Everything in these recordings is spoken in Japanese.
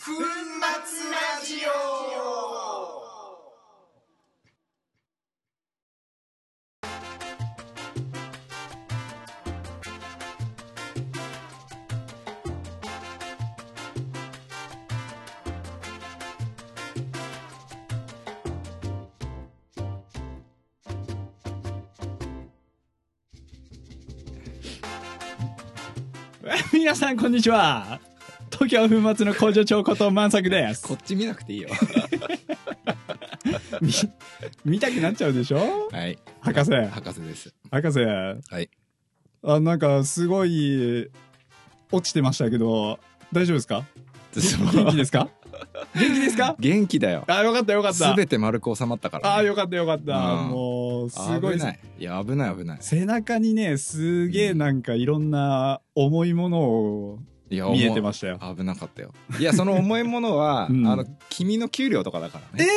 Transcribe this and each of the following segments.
粉末ラジオ。 皆さんこんにちは。東京粉末の工場長こと万作です。 こっち見なくていいよ。 見たくなっちゃうでしょ。 はい。 博士です。 博士。 はい。 なんかすごい落ちてましたけど大丈夫ですか？元気ですか？元気ですか？ 元気だよ。 よかったよかった。 すべて丸く収まったから、ね。 よかったよかった。もうすごい。 危ない。いや危ない危ない。 背中にねすげえなんかいろんな重いものを見えてましたよ。 危なかったよ。いやその重いものは、君の給料とかだからね。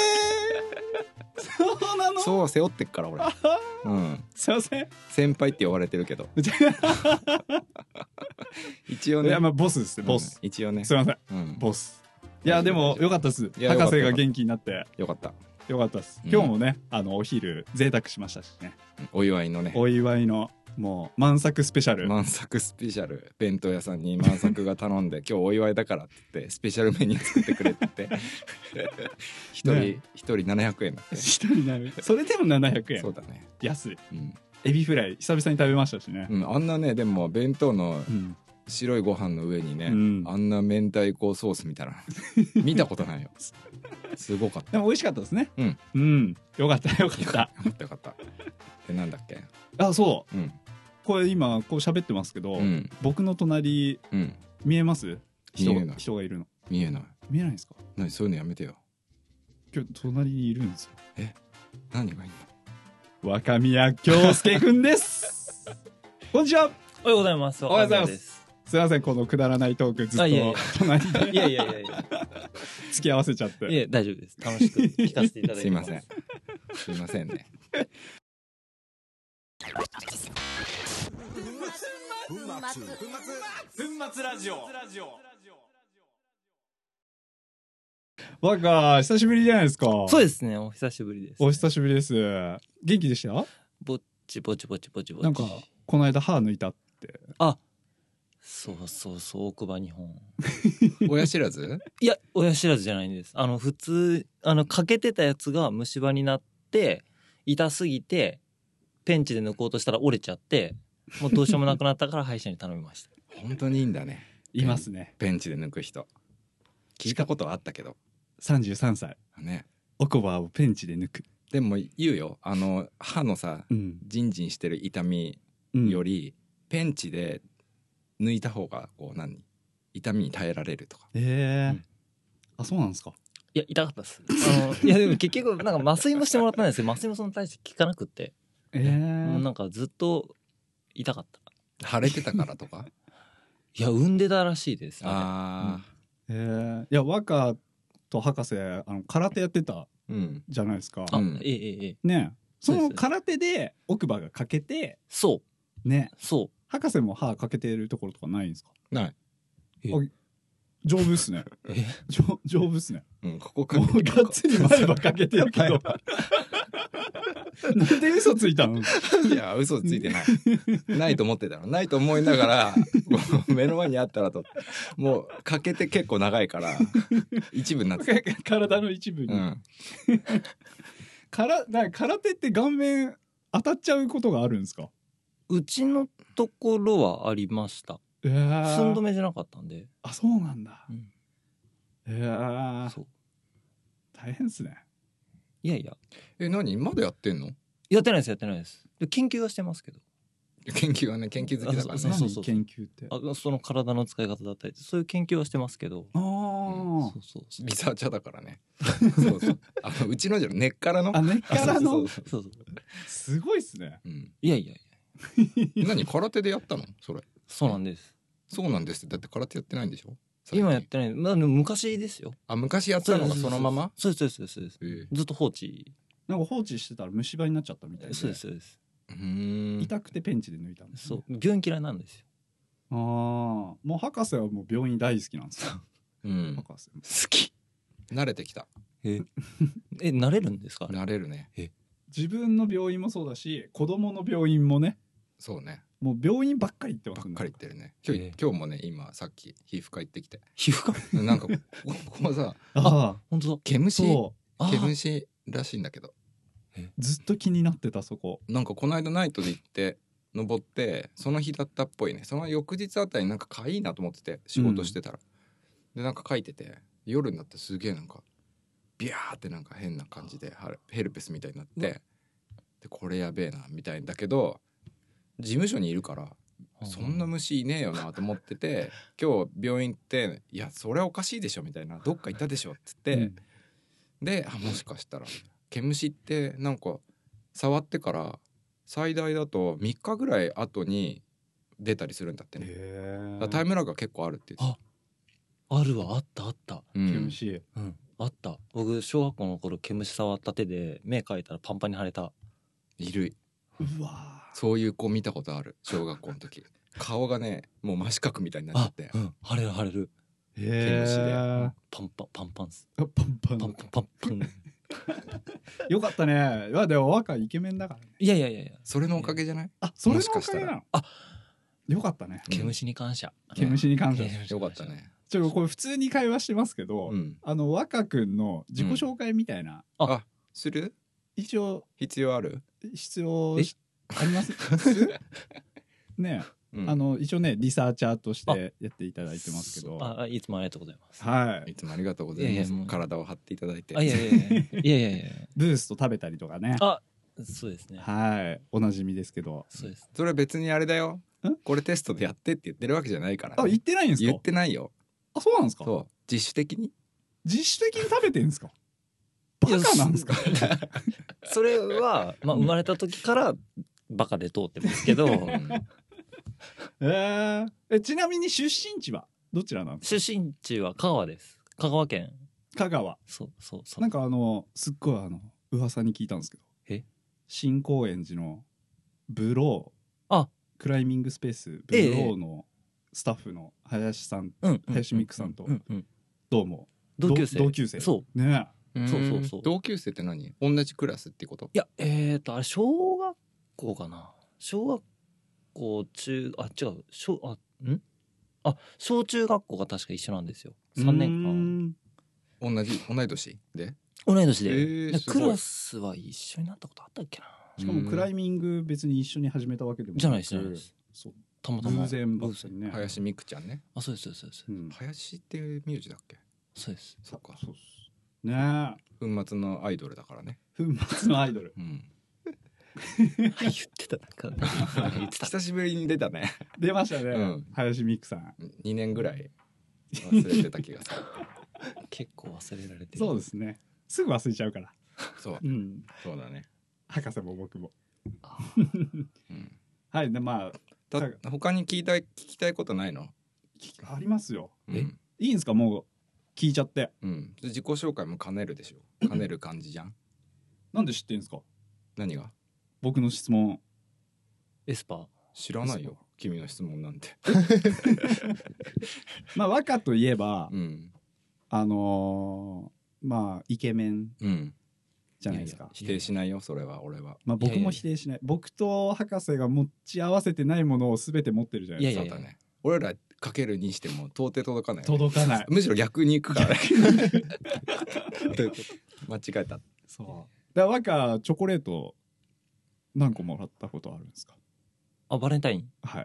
そうなの？ そう背負ってっから俺。 すいません。 先輩って呼ばれてるけど。一応ね。 いやまあボスですね、ボス。 一応ね。 すいません。ボス。いやでもよかったです。博士が元気になってよかった。 よかったです。今日もねお昼贅沢しましたしね。 お祝いのね。 お祝いのもう満作スペシャル。 満作スペシャル。弁当屋さんに満作が頼んで今日お祝いだからって言ってスペシャルメニュー作ってくれて一人700円だって。 一人700円。それでも700円。 そうだね。 安い。エビフライ久々に食べましたしね。 あんなねでも弁当の白いご飯の上にね、あんな明太子ソースみたいな見たことないよ。すごかった。 でも美味しかったですね。よかったよかった。 よかった。でなんだっけ。 そう。これ今こう喋ってますけど、僕の隣見えます？人がいるの。 見えない。 見えないんですか？ 何そういうのやめてよ。 今日隣にいるんですよ。 何がいいの？若宮京介くんです。こんにちは。 おはようございます。 おはようございます。すいませんこのくだらないトークずっと隣でいや付き合わせちゃって。 いや大丈夫です。楽しく聞かせていただいて。 すいません。すいませんね。 粉末ラジオ。久しぶりじゃないですか。 そうですね。お久しぶりです。 お久しぶりです。元気でした？ ぼち。 なんかこの間歯抜いたって。 そう奥歯2本。 親知らず？ いや親知らずじゃないんです。普通かけてたやつが虫歯になって痛すぎてペンチで抜こうとしたら折れちゃってもうどうしようもなくなったから歯医者に頼みました。 本当にいいんだね。 いますね。 ペンチで抜く人聞いたことはあったけど。 33歳ね。 奥歯をペンチで抜く。 でも言うよ歯のさ、ジンジンしてる痛みより、ペンチで抜いた方がこう痛みに耐えられるとか。 そうなんですか？ いや痛かったです。いやでも結局なんか麻酔もしてもらったんですけど麻酔もその大して効かなくって、もうなんかずっと痛かった。 腫れてたからとか？ いや産んでたらしいです。 いや若と博士空手やってたじゃないですか。ね。その空手で奥歯が欠けて。 そうね。 そう博士も歯欠けてるところとかないんですか？ ない。 丈夫っすね。丈夫っすね。 ここもうがっつり前歯欠けてるけど。なんで嘘ついたの？ いや嘘ついてない。ないと思ってたの。ないと思いながら目の前にあったらともう欠けて結構長いから一部になってた。 体の一部に。空手って顔面当たっちゃうことがあるんですか？ うちのところはありました。寸止めじゃなかったんで。 そうなんだ。 そう大変っすね。 いやいや。 何まだやってんの？ やってないです研究はしてますけど。 研究はね研究好きだからね。 そう研究ってその体の使い方だったりそういう研究はしてますけど。 そうリサーチャーだからね。うちのじゃ根っからの。 根っからの。 そうすごいっすね。 いや何空手でやったのそれ？ そうなんです。 そうなんですって。だって空手やってないんでしょ？ 今やってない。昔ですよ。 昔やったのがそのまま？ そうです。ずっと放置。 なんか放置してたら虫歯になっちゃったみたいで。 そうです痛くてペンチで抜いたんです、 そう病院嫌いなんですよ。 もう博士はもう病院大好きなんですよ。 博士も好き。慣れてきた。 慣れるんですか？ 慣れるね。 自分の病院もそうだし子供の病院もね。 そうね。 もう病院ばっかり行ってますばっかり行ってるね。今日もね今さっき皮膚科行ってきて。 皮膚科なんかここさ本当だ。 毛虫らしいんだけど。 ずっと気になってたそこ。 なんかこの間ナイトで行って登ってその日だったっぽいね。その翌日あたりなんかかいいなと思ってて仕事してたら、でなんか書いてて夜になってすげえなんかビャーってなんか変な感じでヘルペスみたいになって、でこれやべえなみたいだけど事務所にいるからそんな虫いねえよなと思ってて、今日病院行っていやそれはおかしいでしょみたいな、どっか行ったでしょっつって、でもしかしたら毛虫ってなんか触ってから最大だと3日ぐらい後に出たりするんだってね。だからタイムラグが結構あるって言ってた。あるわ。あった、 毛虫、 あった。僕小学校の頃毛虫触った手で目描いたらパンパンに腫れた。 いる。 うわそういう子見たことある。小学校の時顔がねもう真四角みたいになっちゃって、 腫れる。 毛虫でパンパンっす。 パンよかったね。いやでも若いイケメンだからね。 いやそれのおかげじゃない？ それのおかげなの？よかったね。 毛虫に感謝。 毛虫に感謝。 よかったね。 これ普通に会話してますけど、若くんの自己紹介みたいな、 する？ 一応必要ある？ 必要ありますね。一応ねリサーチャーとしてやっていただいてますけど、 いつもありがとうございます。 はい、 いつもありがとうございます。体を張っていただいて。 いやブースト食べたりとかね。 そうですね。 はい、おなじみですけど。 そうです。 それは別にあれだよ。これテストでやってって言ってるわけじゃないからね。 言ってないんですか？ 言ってないよ。 そうなんですか？ そう、自主的に食べてんですか？バカなんですか？ それは生まれた時からバカで通ってますけど。 ちなみに出身地はどちらなんですか？ 出身地は香川です。香川県。 香川。 そう。 なんかすっごい噂に聞いたんですけど、新高円寺のブロー、クライミングスペースブローのスタッフの林さん、林美久さんとどうも同級生。 そうね。 そう。 同級生って何？同じクラスってこと？ いやあれ小学校かな。小学校違う小中学校が確か一緒なんですよ。3年間同い年でクラスは一緒になったことあったっけな。 しかもクライミング別に一緒に始めたわけでもじゃないです。 そうたまたま偶然ばっかりね。 林美久ちゃんね。 そうです。 林っていう名字だっけ？ そうです。 そっか。 そうね。 粉末のアイドルだからね。 粉末のアイドル。 言ってた。 久しぶりに出たね。 出ましたね。林美久さん。 2年ぐらい忘れてた気がする。 結構忘れられてる。 そうですね。すぐ忘れちゃうから。 そう。そうだね。 博士も僕も。はい。で他に聞きたいことないの？ ありますよ。いいんですか？もう聞いちゃって。 自己紹介も兼ねるでしょ。兼ねる感じじゃん。 なんで知ってんですか？ 何が？ 僕の質問。 エスパー知らないよ。君の質問なんて。 若といえばイケメンじゃないですか。 否定しないよそれは。俺は僕も否定しない。僕と博士が持ち合わせてないものを全て持ってるじゃないですか。 そうだね。俺らかけるにしても到底届かない。 届かない。 むしろ逆に行くからね。間違えた。 そうだから若チョコレート何個もらったことあるんですか？ バレンタイン。 はい。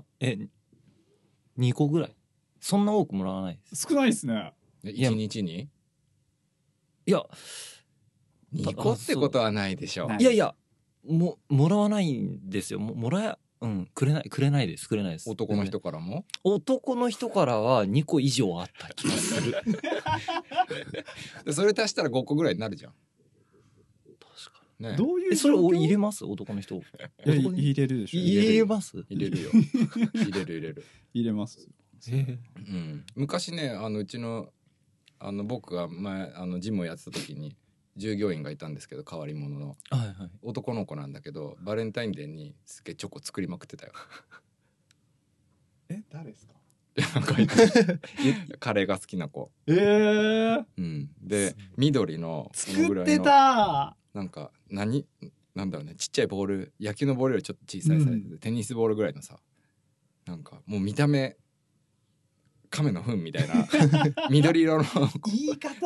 2個ぐらい。そんな多くもらわないです。 少ないですね。 1日に？ いや 2個ってことはないでしょ。 いやもらわないんですよ。くれないです。 男の人からも？ 男の人からは2個以上あった気がする。 それ足したら5個ぐらいになるじゃん。 確かに。 どういうそれを入れます？男の人。 入れるでしょ。 入れます？ 入れるよ。 入れます。 昔ねうちの僕が前ジムをやってた時に従業員がいたんですけど、変わり者の、男の子なんだけどバレンタインデーにすげえチョコ作りまくってたよ。 誰ですか？ 書いてカレーが好きな子、 ー、 うん、で緑のそのぐらいの作ってたなんかなんだろうね、ちっちゃいボール、野球のボールよりちょっと小さいサイズで、テニスボールぐらいのさ、なんかもう見た目亀の糞みたいな緑色の言い方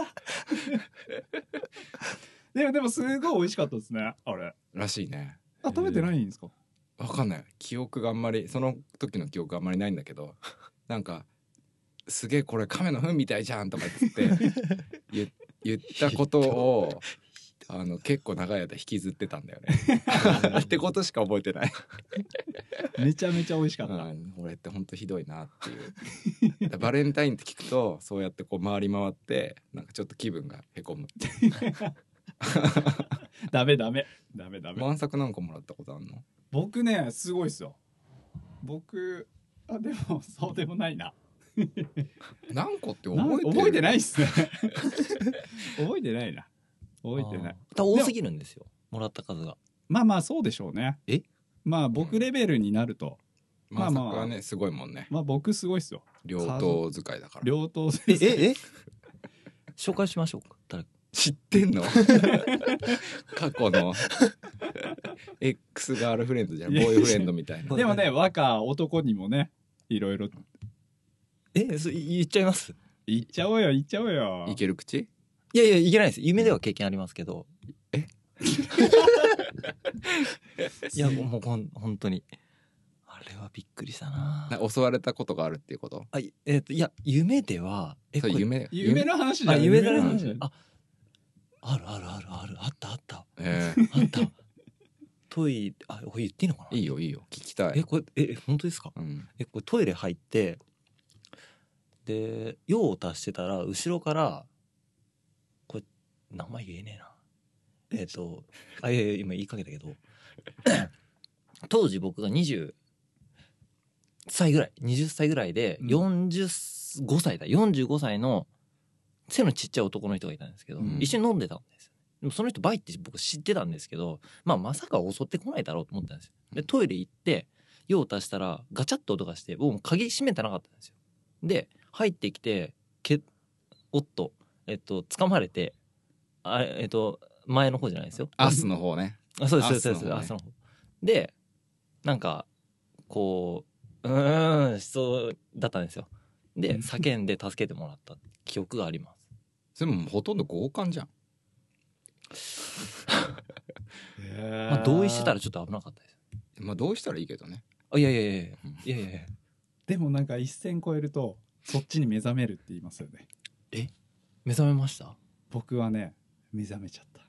でもすごい美味しかったですねあれ。 らしいね。 食べてないんですか？ わかんない、記憶があんまり、その時の記憶があんまりないんだけど、なんかすげえこれ亀の糞みたいじゃんとか言って言ったことを結構長い間引きずってたんだよねってことしか覚えてないめちゃめちゃ美味しかった、 俺ってほんとひどいなっていうバレンタインって聞くとそうやってこう回り回ってなんかちょっと気分がへこむダメ満作何個もらったことあんの？ 僕ねすごいっすよ。僕でもそうでもないな何個って覚えてないっすね覚えてないな。覚えてない。 多すぎるんですよもらった数が。 まあそうでしょうね。まあ僕レベルになると、 満作はねすごいもんね。 まあ僕すごいっすよ。 両党使いだから。 両党紹介しましょうか。誰知ってんの過去の X ガールフレンドじゃん、ボーイフレンドみたいな。 でもね若男にもねいろいろそれ言っちゃいます？ 言っちゃおうよいける口？ いやいけないです。夢では経験ありますけど。いやもう本当にあれはびっくりしたな。 襲われたことがあるっていうこと？ いや夢では夢の話じゃん。 夢の話。あるあったあった。トイレこれ言っていいのかな？ いいよ聞きたい。 これ本当ですか？これトイレ入ってで用を足してたら後ろからこれ名前言えねえな。今言いかけたけど当時僕が20歳ぐらいで45歳の背のちっちゃい男の人がいたんですけど、一緒に飲んでたんですよ。でもその人バイって僕知ってたんですけど、まさか襲ってこないだろうと思ったんですよ。でトイレ行って用を足したらガチャッと音がして僕も鍵閉めてなかったんですよ。で入ってきて掴まれて前の方じゃないですよ。 アスの方ね。 そうです。アスの方でなんかこうしそうだったんですよ。で叫んで助けてもらった記憶があります。 それもほとんど強姦じゃん。 同意してたらちょっと危なかったです。 同意したらいいけどね。 いやでもなんか一線超えるとそっちに目覚めるって言いますよね。 目覚めました？ 僕はね目覚めちゃった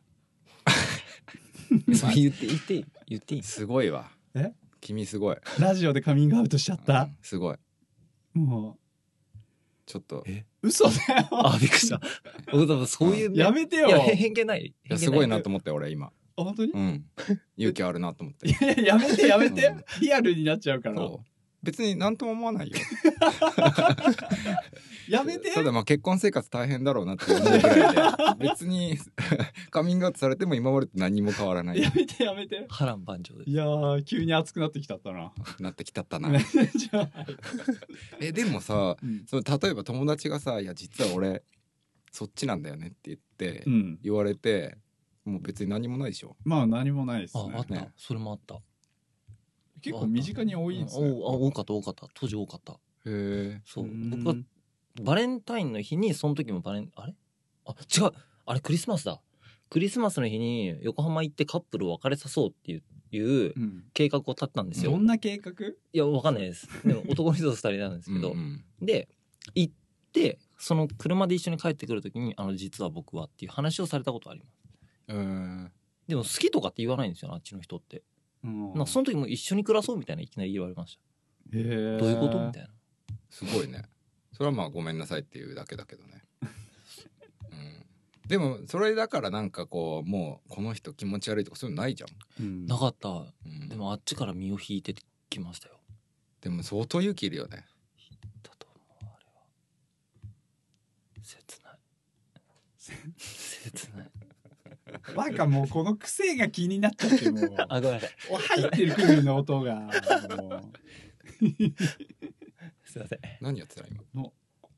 そう言っていい？ すごいわ。君すごい。 ラジオでカミングアウトしちゃった、 すごい。 もうちょっと嘘だよびっくりした僕多分そういうやめてよ。 偏見ない。 すごいなと思って俺今。 本当に？ 勇気あるなと思って。 やめて、リアルになっちゃうから。 別に何とも思わないよやめて。 ただ結婚生活大変だろうなって思うぐらいで別にカミングアウトされても今までと何も変わらない。 やめて波乱万丈です。 いや急に熱くなってきたったなでもさ、例えば友達がさいや実は俺そっちなんだよねって言って、言われてもう別に何もないでしょ。 何もないですね。 あったそれもあった。 結構身近に多いですね。 多かった当時多かった。 へえ。 そう僕はバレンタインの日にその時も違うあれクリスマスだ。クリスマスの日に横浜行ってカップルを別れさそうっていう計画を立ったんですよ。 どんな計画？ いやわかんないです。でも男の人と2人なんですけどで行ってその車で一緒に帰ってくる時に実は僕はっていう話をされたことあります。でも好きとかって言わないんですよあっちの人って。その時も一緒に暮らそうみたいないきなり言われました。どういうことみたいな。 すごいね。それはごめんなさいっていうだけだけどねでもそれだからなんかこうもうこの人気持ち悪いとかそういうのないじゃん。 なかった、でもあっちから身を引いてきましたよ。 でも相当勇気いるよね。 だと思う。あれは切ないなんかもうこの癖が気になっちゃってもうごめんなさい入ってるクルの音がもうすいません。 何やってた今の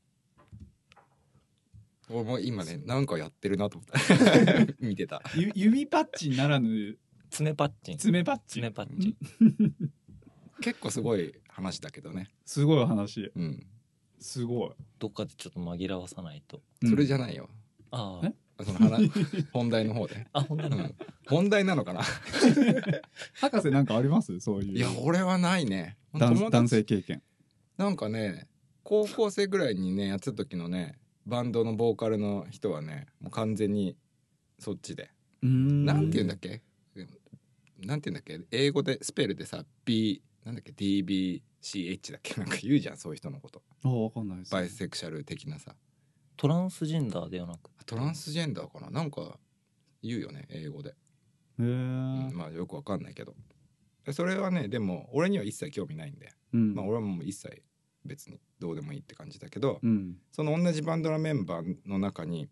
俺もう今ねなんかやってるなと思った見てた。 指パッチンならぬ爪パッチン。 爪パッチン。 爪パッチン。 結構すごい話だけどね。 すごい話。 うん。 すごい。 どっかでちょっと紛らわさないと。 それじゃないよ。 あえその話本題の方で。 あ。本当に。 本題なのかな。 博士なんかありますそういう。 いや俺はないね。 男性経験。 なんかね高校生ぐらいにねやってた時のねバンドのボーカルの人はねもう完全にそっちで。なんて言うんだっけ。なんて言うんだっけ英語でスペルでさ B なんだっけ DBCH だっけなんか言うじゃんそういう人のこと。 あわかんないです。 バイセクシャル的なさ。 トランスジェンダーではなく。 トランスジェンダーかななんか言うよね英語で。 へえ、 まあよくわかんないけどそれはねでも俺には一切興味ないんで、まあ俺はもう一切別にどうでもいいって感じだけど、その同じバンドのメンバーの中に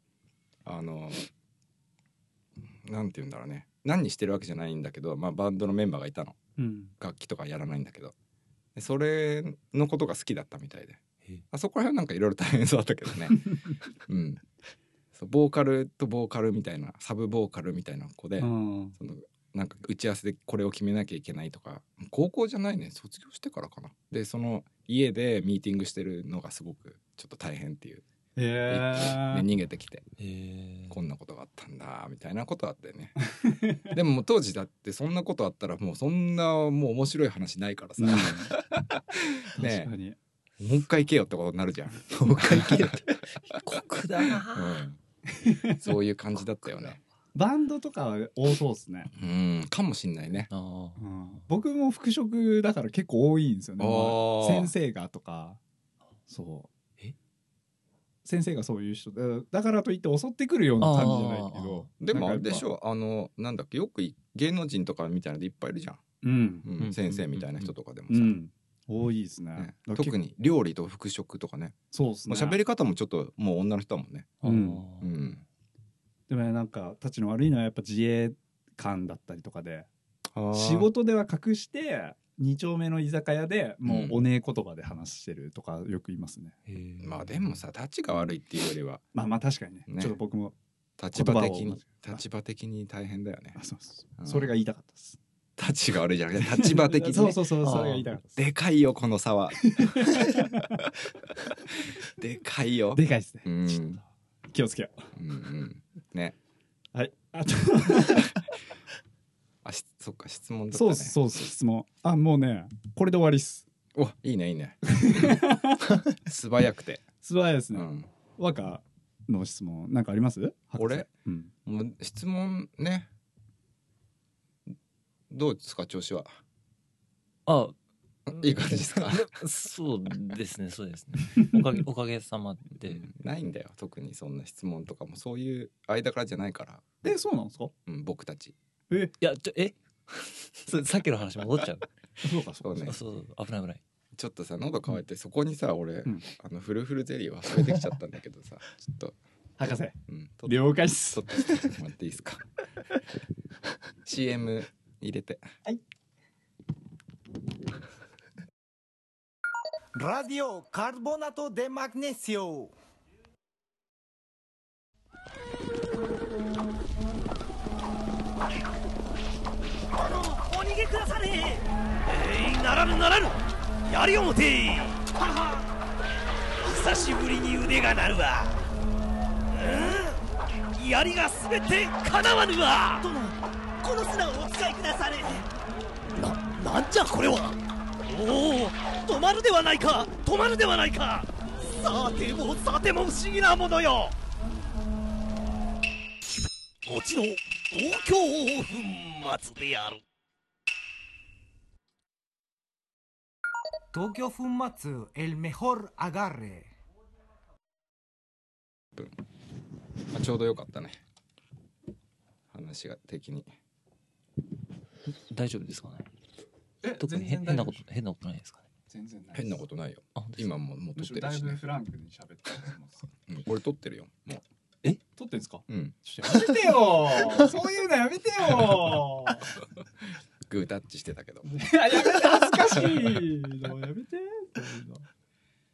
なんて言うんだろうね何にしてるわけじゃないんだけど、まあ、バンドのメンバーがいたの、楽器とかやらないんだけどでそれのことが好きだったみたいでそこら辺なんかいろいろ大変そうだったけどねそうボーカルとボーカルみたいなサブボーカルみたいな子で、そのなんか打ち合わせでこれを決めなきゃいけないとか高校じゃないね卒業してからかなでその家でミーティングしてるのがすごくちょっと大変っていう、逃げてきてこんなことがあったんだみたいなことあってねでももう当時だってそんなことあったらもうそんなもう面白い話ないからさ、ね確かにもう一回行けよってことになるじゃんもう一回行けよって酷だな、 そういう感じだったよねバンドとかは多そうですね。 かもしんないね。 僕も服飾だから結構多いんですよね。先生がとか、そう先生がそういう人だからといって襲ってくるような感じじゃないけど、 でもあれでしょなんだっけよく芸能人とかみたいなのでいっぱいいるじゃん。先生みたいな人とかでもさ。 多いですね。 特に料理と服飾とかね。 そうですね。 喋り方もちょっともう女の人だもんね。 でもなんかたちの悪いのはやっぱ自衛官だったりとかで仕事では隠して2丁目の居酒屋でもうおねえ言葉で話してるとかよく言いますね。 まあでもさ立ちが悪いっていうよりはまあ確かにねちょっと僕も立場的に大変だよね。 それが言いたかったです。 立ちが悪いじゃなくて立場的にそうそれが言いたかったです。 でかいよこの差はでかいよ。 でかいですね。気をつけよう。ね。 はい。あとそっか質問だったね。 そう質問。もうねこれで終わりっす。 おいいねいいね。素早くて。 素早いですね。若の質問なんかあります？ 俺？もう質問ね。どうですか調子は？いい感じですか？ そうですねそうですね。おかげさまで。 ないんだよ特にそんな質問とかもそういう間柄じゃないから。 そうなんですか？ 僕たち。 いやさっきの話戻っちゃう。 そうね。 そう危ない。ちょっとさ喉乾いてそこにさ俺フルフルゼリー忘れてきちゃったんだけどさちょっと博士了解っす。 取ってもらっていいですか？ CM 入れて。 はい。 Radio Carbonato de Magnesio。 お逃げくだされ。ならぬやりをもて。久しぶりに腕が鳴るわ。槍がすべてかなわぬわ。殿この砂をお使いくだされ。なんじゃこれは。止まるではないか。さても不思議なものよ。こちの東京粉末である。 東京粉末 el mejor agarre。 ちょうどよかったね話が的に。 大丈夫ですかね。特に変なことないですかね。 全然ない。 変なことないよ。今もう撮ってるしね。 だいぶフランクに喋ってます。 これ撮ってるよもう。 撮ってんすか？ ちょっとやめてよそういうのやめてよグータッチしてたけど。 やめて恥ずかしいのやめて。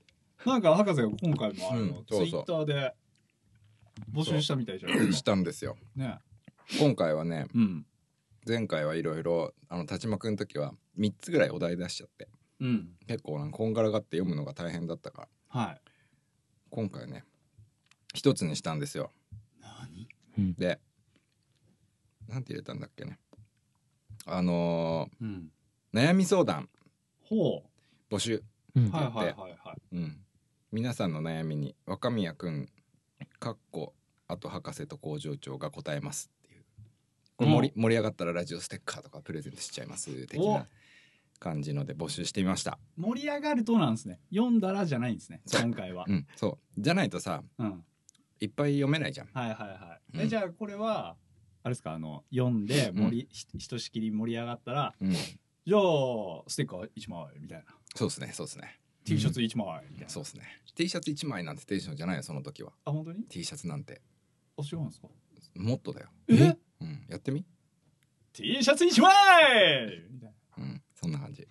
なんか博士が今回もツそうそうイッターで募集したみたいじゃないですしか。 たんですよ。 ね。 今回はね、 うん。 前回はいろいろ田島くんの時は3つぐらいお題出しちゃってうん。 結構こんがらがって読むのが大変だったからはい。 今回ね1つにしたんですよ。 何？ でなんて入れたんだっけね。 うん。 悩み相談ほ募集、 うんう。はいはいはいはい。 皆さんの悩みに若宮くんかっこあと博士と工場長が答えますっていうこれ盛り上がったらラジオステッカーとかプレゼントしちゃいます的な感じので募集してみました。 盛り上がるとなんですね。読んだらじゃないんですね。今回は。 そうじゃないとさうん。 いっぱい読めないじゃん。 はいはいはい。 うんじゃあこれはあれですか読んでひとしきり盛り上がったら、じゃあステッカー1枚みたいな。 そうですねそうですね T シャツ1枚みたいな。 そうですね T シャツ1枚なんてテンションじゃないよその時は。 あ本当に？ T シャツなんてあ違うんですか？ もっとだよ。やってみ。 T シャツ1枚みたいそんな感じ。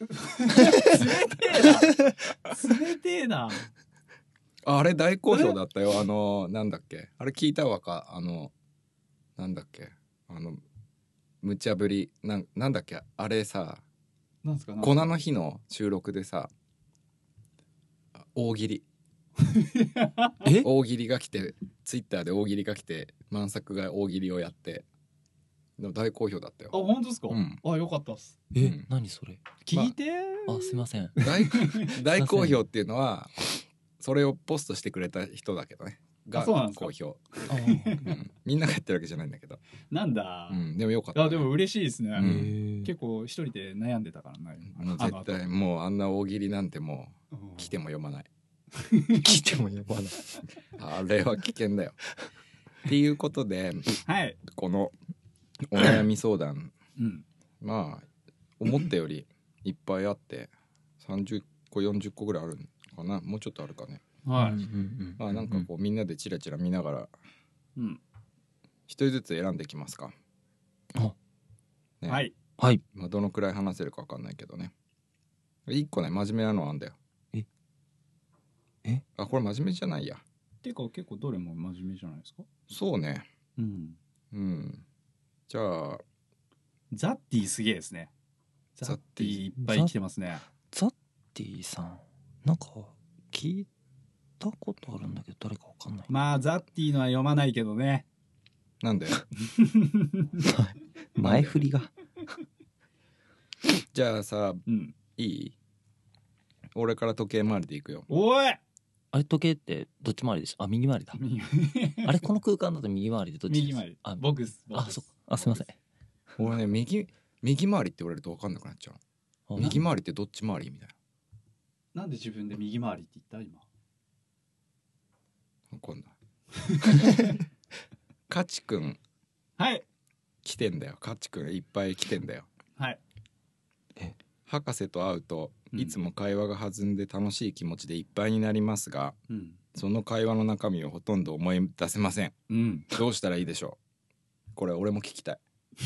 冷てえな。 あれ大好評だったよ。なんだっけあれ聞いたわか。なんだっけ無茶ぶりなんだっけあれさなんですか？ 粉の日の収録でさ大喜利大喜利が来てツイッターで大喜利が来て万作が大喜利をやってでも大好評だったよ。 あ本当ですか？あよかったっす。 何それ。 聞いて。 あすいません。 大好評っていうのはそれをポストしてくれた人だけどねがそうなんですか好評。みんながやってるわけじゃないんだけど。 なんだ。 でもよかったね。 あでも嬉しいですね。 へ結構一人で悩んでたからね。 もう絶対もうあんな大喜利なんてもう来ても読まない。 来ても読まない。 あれは危険だよ。っていうことで、 はい。 このお悩み相談、まあ思ったよりいっぱいあって30個40個ぐらいあるのかな。もうちょっとあるかね。 はい。 まあなんかこうみんなでチラチラ見ながら一人ずつ選んでいきますか。ね、 はいはい。 まあどのくらい話せるか分かんないけどね。一個ね真面目なのあんだよ。あこれ真面目じゃないや。 てか結構どれも真面目じゃないですか？ そうね。 うんじゃあザッティすげえですね。ザッティいっぱい来てますね。 ザッティさんなんか聞いたことあるんだけど誰かわかんない。 まあザッティのは読まないけどね。 なんで前振りが。 じゃあさ、いい？俺から時計回りでいくよ。 おいあれ時計ってどっち回りでした？あ右回りだ。あれこの空間だと右回りでどっちです？ 右回り。 あ僕です。 あそっか。すいません。 俺ね右回りって言われると分かんなくなっちゃう。右回りってどっち回りみたいな。なんで自分で右回りって言った今？ 分かんない。カチくんはい来てんだよ。カチくんいっぱい来てんだよ。 はい。 博士と会うといつも会話が弾んで楽しい気持ちでいっぱいになりますが、その会話の中身をほとんど思い出せません。どうしたらいいでしょう？これ俺も聞きたい。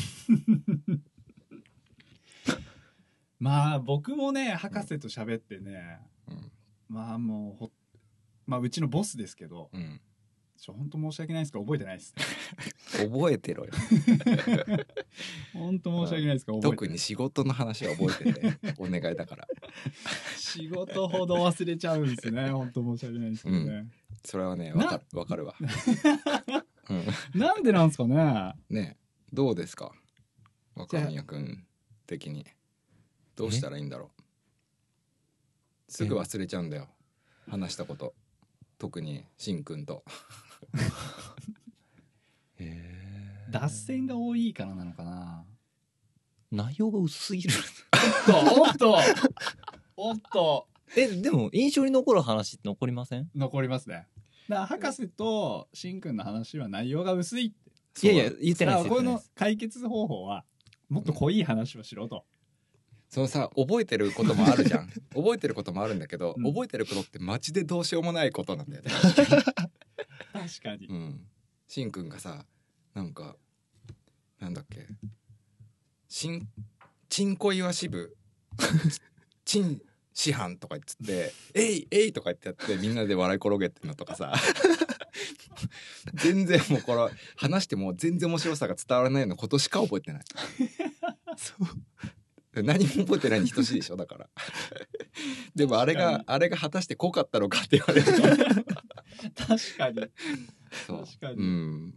まあ僕もね博士と喋ってね、まあもうまあうちのボスですけど、本当申し訳ないですけど覚えてないですね。 覚えてろよ。 本当申し訳ないですけど覚えてない。 特に仕事の話は覚えててお願いだから。 仕事ほど忘れちゃうんですね。本当申し訳ないですけどね。 それはねわかるわ。 なんでなんですかね。 ねどうですか若宮くん的にどうしたらいいんだろう。すぐ忘れちゃうんだよ話したこと。特にしんくんと。 脱線が多いからなのかな。 内容が薄すぎる。 おっとおっと。 でも印象に残る話って残りません？ 残りますね。だから博士としんくんの話は内容が薄いって。 いやいや言ってないです。 この解決方法はもっと濃い話をしろと。 そのさ覚えてることもあるじゃん。覚えてることもあるんだけど、覚えてることってマジでどうしようもないことなんだよね。 確かに。 しんくんがさなんかなんだっけチンコイワ支部チン師範とか言ってえいえいとか言ってやってみんなで笑い転げてるのとかさ全然もうこれ話しても全然面白さが伝わらないようなことしか覚えてないそう何も覚えてないに等しいでしょだからでもあれが果たして濃かったのかって言われると確かにそう確かに、 うん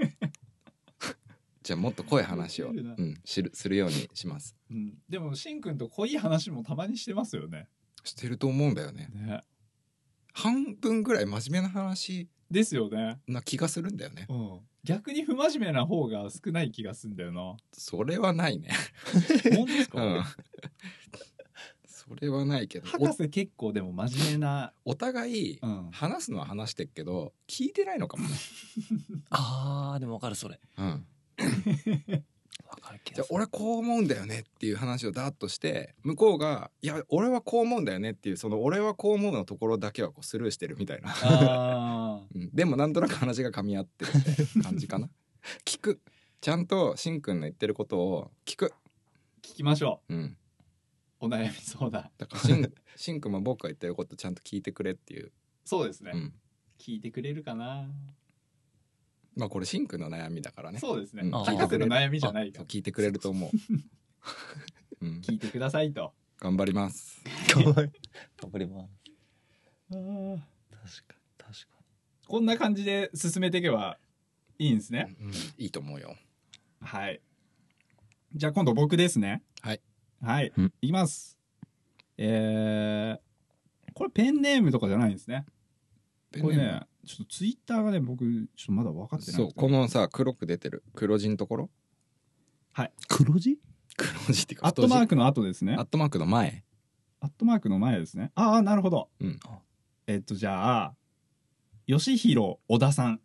じゃあもっと濃い話を、するようにします、 でもしんくんと濃い話もたまにしてますよね。 してると思うんだよね。半分ぐらい真面目な話ですよねな気がするんだよね、 逆に不真面目な方が少ない気がするんだよな。 それはないね本当ですか、 それはないけど博士結構でも真面目なお互い話すのは話してるけど、聞いてないのかもねあーでも分かるそれ分かる気がする。 じゃあ俺こう思うんだよねっていう話をダーッとして向こうがいや俺はこう思うんだよねっていうその俺はこう思うのところだけはこうスルーしてるみたいなでもなんとなく話が噛み合ってるって感じかな聞くちゃんとしんくんの言ってることを聞きましょう、 お悩み相談だからしんくんも僕が言ってることちゃんと聞いてくれっていう。 そうですね、聞いてくれるかな。 まあこれしんくんの悩みだからね。 そうですね、 博士の悩みじゃないから聞いてくれると思う、 聞いてくださいと。 頑張ります頑張ります確かにこんな感じで進めていけばいいんですね、 いいと思うよ。 はい、じゃあ今度僕ですね。はい、いきます。これペンネームとかじゃないんですね。これねちょっとツイッターがね僕ちょっとまだ分かってない。 そうこのさ黒く出てる黒字のところ、 黒字っていうかアットマークの後ですね。 アットマークの前ですね。ああなるほど、じゃあ吉弘小田さん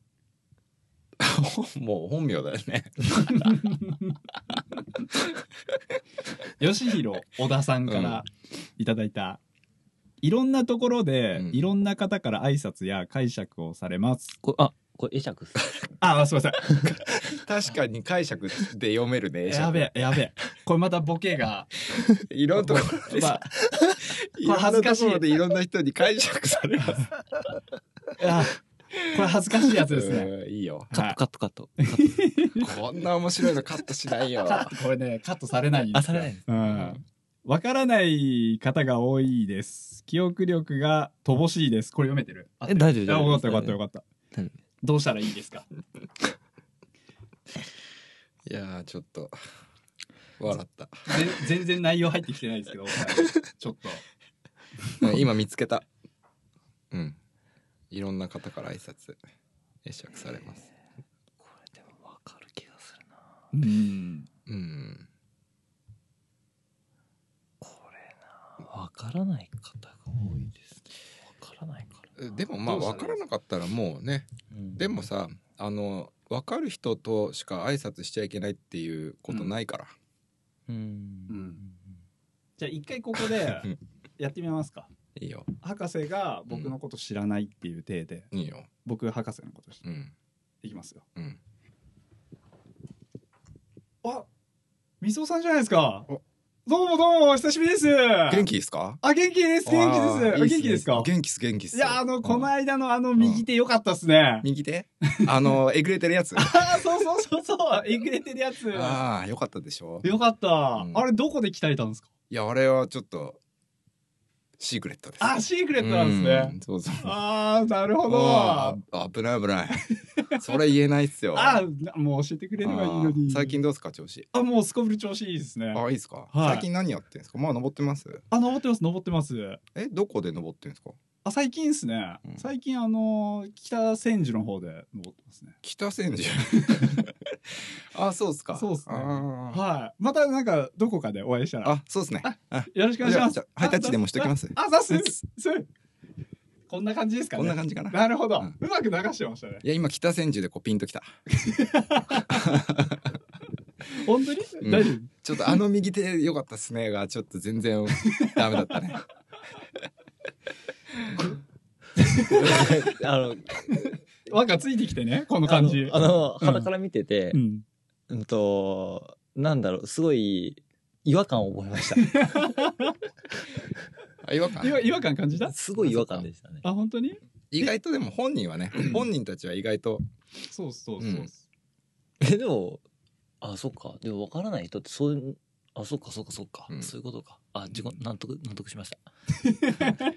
もう本名だよね吉弘小田さんからいただいた、いろんなところで、いろんな方から挨拶や解釈をされます。 これ会釈すすいません確かに解釈で読めるね。 やべえこれまたボケがいろんなところでさ、いろんなところでいろんな人に解釈されますこれ恥ずかしいやつですね。 いいよ。 カットこんな面白いのカットしないよ。 これねカットされないんですよ。 されないです。 わからない方が多いです。記憶力が乏しいです。これ読めてる？ 大丈夫。 よかった。どうしたらいいですか？ いやちょっと笑った。 全然内容入ってきてないですけど、ちょっと今見つけた。いろんな方から挨拶会釈されます。 これでも分かる気がするな。これな分からない方が多いですね。分からないからでもまあ分からなかったらもうね、でもさ分かる人としか挨拶しちゃいけないっていうことないから、 じゃあ一回ここでやってみますか。 いいよ。 博士が僕のこと知らないっていう体で、 いいよ。 僕博士のこと知って、いきますよ。あ、みそさんじゃないですか。どうもお久しぶりです。 元気ですか？ 元気です。元気ですか？ 元気っす。 いやこの間の右手良かったっすね。 右手？えぐれてるやつ。 そうえぐれてるやつ。 よかったでしょ。 よかった。あれどこで鍛えたんですか？ いやあれはちょっとシークレットです。 シークレットなんですね。 そう。 なるほど。 危ない。それ言えないっすよ。 もう教えてくれればいいのに。 最近どうですか調子？ もうすこぶる調子いいですね。 いいですか？最近何やってんですか？まあ登ってます？ 登ってます。 どこで登ってんですか？ 最近ですね。最近北千住の方で登ってますね。 北千住。そうっすか。 そうっすね。またなんかどこかでお会いしたら。 そうっすね。 よろしくお願いします。 ハイタッチでもしときます。 こんな感じですかね。 こんな感じかな。 なるほど。うまく流してましたね。 いや今北千住でピンときた。 本当に？大丈夫？ ちょっと右手良かったっすねがちょっと全然ダメだったね。 輪がついてきてねこの感じ。 鼻から見てて、なんだろうすごい違和感を覚えました。 違和感違和感感じた？ すごい違和感でしたね。 あ、本当に？ 意外とでも本人はね本人たちは意外とそうそうそう、 でもそっか。でも分からない人ってそういうそっか、そういうことか。自己納得しました。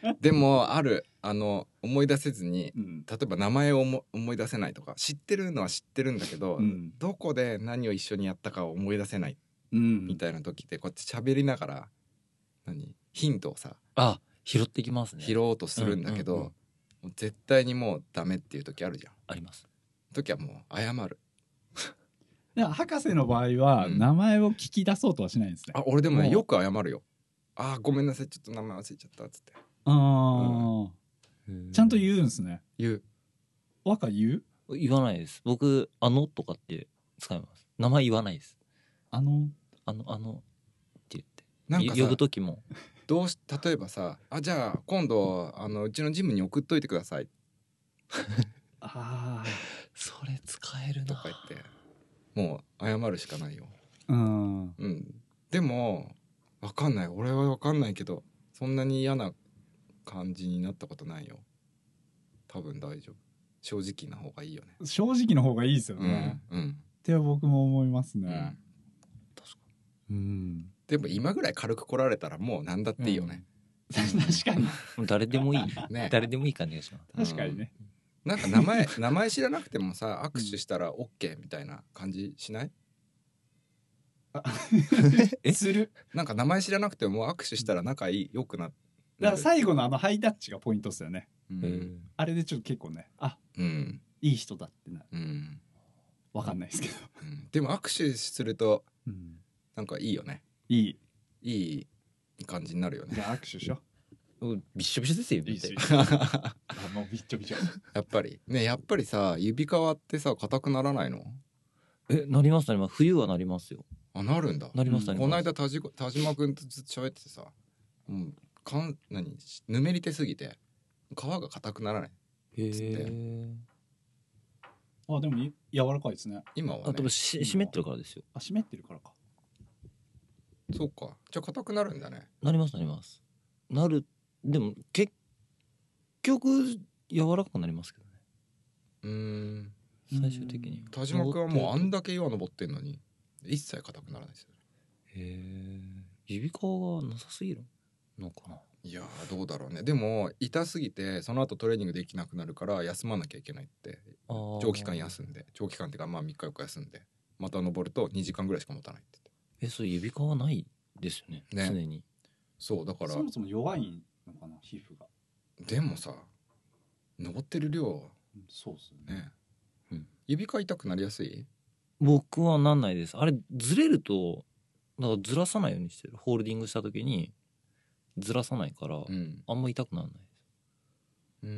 でもある思い出せずに、例えば名前を思い出せないとか、知ってるのは知ってるんだけど、どこで何を一緒にやったかを思い出せない、みたいな時ってこうやって喋りながらヒントをさ拾ってきますね。 拾おうとするんだけど、もう絶対にもうダメっていう時あるじゃん。 あります。 時はもう謝る。 博士の場合は名前を聞き出そうとはしないんですね。 俺でもねよく謝るよ。ごめんなさい、ちょっと名前忘れちゃったっつって。 ちゃんと言うんですね。 言う。 若言わないです。僕とかって使います。名前言わないです。って言ってなんか呼ぶ時も例えばさじゃあ今度うちのジムに送っといてくださいそれ使えるなとか言ってもう謝るしかないよ。でも分かんない、俺は分かんないけどそんなに嫌な感じになったことないよ。多分大丈夫。正直な方がいいよね。 正直の方がいいですよね。って僕も思いますね。 確かに。 でも今ぐらい軽く来られたらもう何だっていいよね。 確かに。 誰でもいいね。誰でもいい感じがします。 確かにね。 なんか名前知らなくてもさ握手したら OK みたいな感じしない？ する。 なんか名前知らなくても握手したら仲良くなる。 だから最後のハイタッチがポイントですよね。あれでちょっと結構ねいい人だってなる。わかんないですけど。 でも握手するとなんかいいよね。 いい感じになるよね。 じゃあ握手しよう。びっしょびしょですよ。 もうびっちょびちょ。 やっぱりさ指皮ってさ硬くならないの？ なります。冬はなりますよ。 なるんだ。 なります。 この間田島君とずっと喋っててさ、ぬめりてすぎて皮が硬くならない。 へえ。 でも柔らかいですね。 今はね。 多分湿ってるからですよ。 湿ってるからか。 そうか。じゃあ硬くなるんだね。 なります。なる。でも結局柔らかくなりますけどね。最終的に田島君はもうあんだけ岩登ってんのに一切硬くならないですよ。 指皮がなさすぎるのかな。 いやどうだろうね。でも痛すぎてその後トレーニングできなくなるから休まなきゃいけないって。長期間休んで、長期間っていうか3日4日休んでまた登ると2時間ぐらいしか持たないって言って。 そう指皮ないですよね。常に。 そうだからそもそも弱いのかな皮膚が。 でもさ登ってる量そうっすよね。 指皮痛くなりやすい？ 僕はなんないです。あれずれるとだからずらさないようにしてる。ホールディングした時にずらさないから、あんま痛くならないです。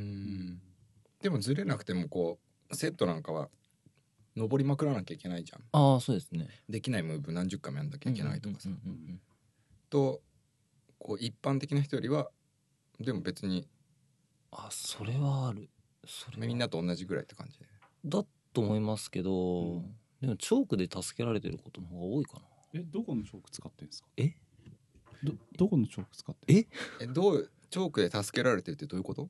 でもずれなくてもこうセットなんかは登りまくらなきゃいけないじゃん。 そうですね。 できないムーブ何十回もやんなきゃいけないとかさ。とこう一般的な人よりはでも別にそれはある。 みんなと同じぐらいって感じだと思いますけど、でもチョークで助けられてることの方が多いかな。 どこのチョーク使ってるんですか？どこのチョーク使ってる？ どうチョークで助けられてるってどういうこと？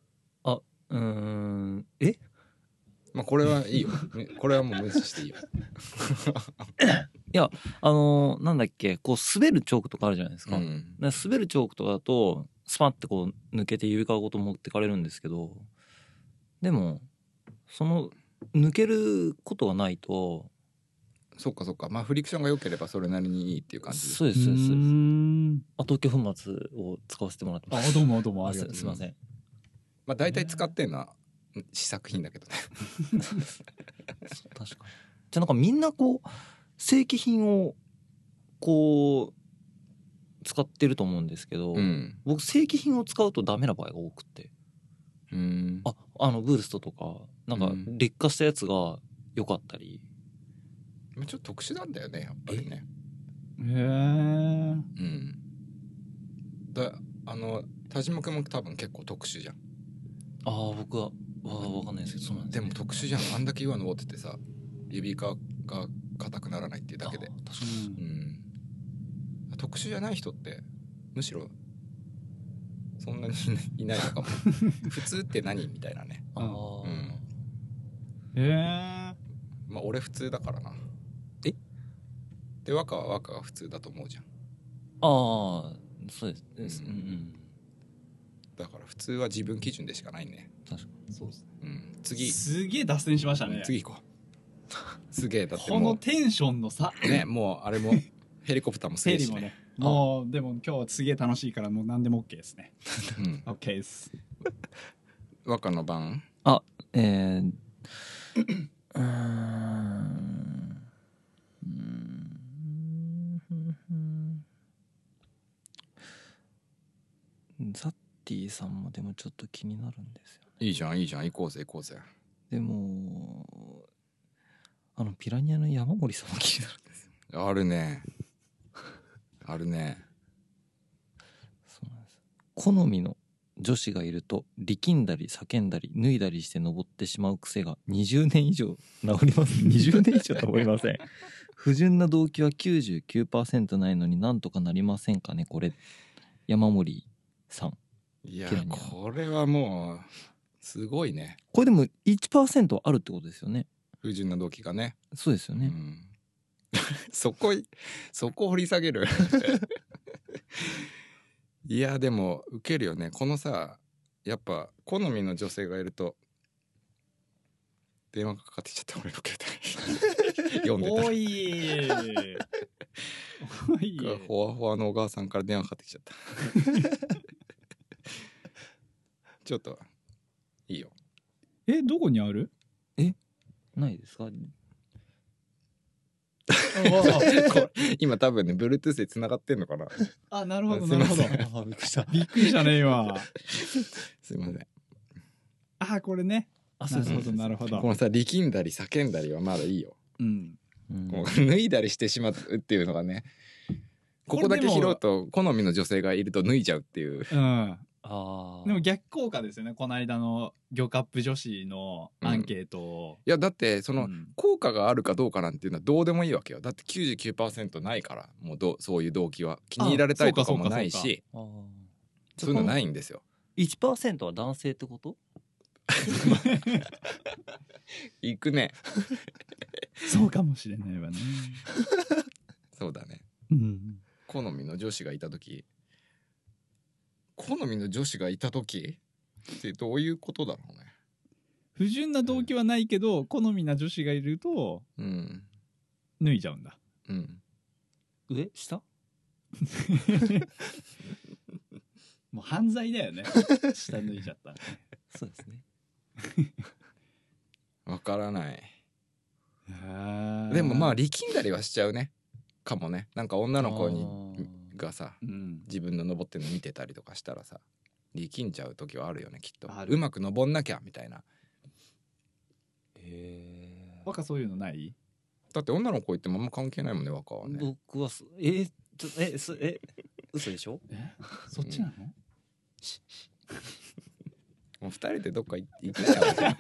これはいいよ。これはもう無視していいよ。 いやなんだっけこう滑るチョークとかあるじゃないですか。滑るチョークとかだとスパッてこう抜けて指皮ごと持ってかれるんですけど、でもその抜けることがないと。 そっかフリクションが良ければそれなりにいいっていう感じ。 そうです。東京粉末を使わせてもらってます。 どうもありがとう。 すいません。 大体使ってんのは試作品だけどね。 確かに。じゃあなんかみんなこう正規品をこう使ってると思うんですけど、僕正規品を使うとダメな場合が多くて、ブーストとかなんか劣化したやつが良かったり。 ちょっと特殊なんだよねやっぱりね。田島君も多分結構特殊じゃん。 僕は分かんないですけどそうなんです、 ね。でも特殊じゃん。あんだけ岩登っててさ指皮が硬くならないっていうだけで。 確かに。 特殊じゃない人ってむしろそんなにいないのかも普通って何みたいなね。 ああ、 まあ俺普通だからな。で若は若が普通だと思うじゃん。 ああ、そうです、 だから普通は自分基準でしかないね。 確かにそうですね。 次すげえ脱線しましたね。 次行こうすげえだってこものテンションの差うね、もうあれもヘリコプターもすげえしね整理もね。もうでも今日はすげえ楽しいからもう何でも OK ですね。OK です。 若の番。 うーんザッティさんもでもちょっと気になるんですよね。 いいじゃんいいじゃん、行こうぜ行こうぜ。 でもピラニアの山森さんも気になるんですよ。 あるねあるね。 そうなんです。好みの女子がいると力んだり叫んだり脱いだりして登ってしまう癖が20年以上治ります20年以上治りません不純な動機は 99% ないのになんとかなりませんかねこれ。山森さん。 いやこれはもうすごいね。 これでも 1% あるってことですよね。 不純な動機がね。 そうですよね、 そこ掘り下げるいやでもウケるよねこのさ。やっぱ好みの女性がいると電話がかかってきちゃった俺の携帯読んでたらおいおいほわほわの小川さんから電話かかってきちゃったちょっといいよ。 どこにある？ ないですか今多分ね Bluetooth で繋がってんのかな。 あ、なるほどすいませんびっくりしたびっくりしたね今。 すいません。 あ、これね。 そうです。 なるほど。 このさ力んだり叫んだりはまだいいよ。こう脱いだりしてしまうっていうのがね。ここだけ拾うと好みの女性がいると脱いじゃうっていう。 でも逆効果ですよね。この間の魚カップ女子のアンケートを、 いやだってその効果があるかどうかなんていうのはどうでもいいわけよ。だって 99% ないからもうそういう動機は気に入られたいとかもないし、そういうのないんですよ。 1% は男性ってこと？ いくねそうかもしれないわね。 そうだね。好みの女子がいた時ってどういうことだろうね。 不純な動機はないけど好みな女子がいると脱いじゃうんだ。 上下もう犯罪だよね下脱いじゃったらね。 そうですね。 わからない。でもまあ力んだりはしちゃうねかもね。なんか女の子がさ、自分の登ってるの見てたりとかしたらさ力んじゃう時はあるよねきっと。うまく登んなきゃみたいな。 若そういうのない？ だって女の子言ってもあんま関係ないもんね若はね。 僕は嘘でしょ？ そっちなの？ もう2人でどっか行きなよ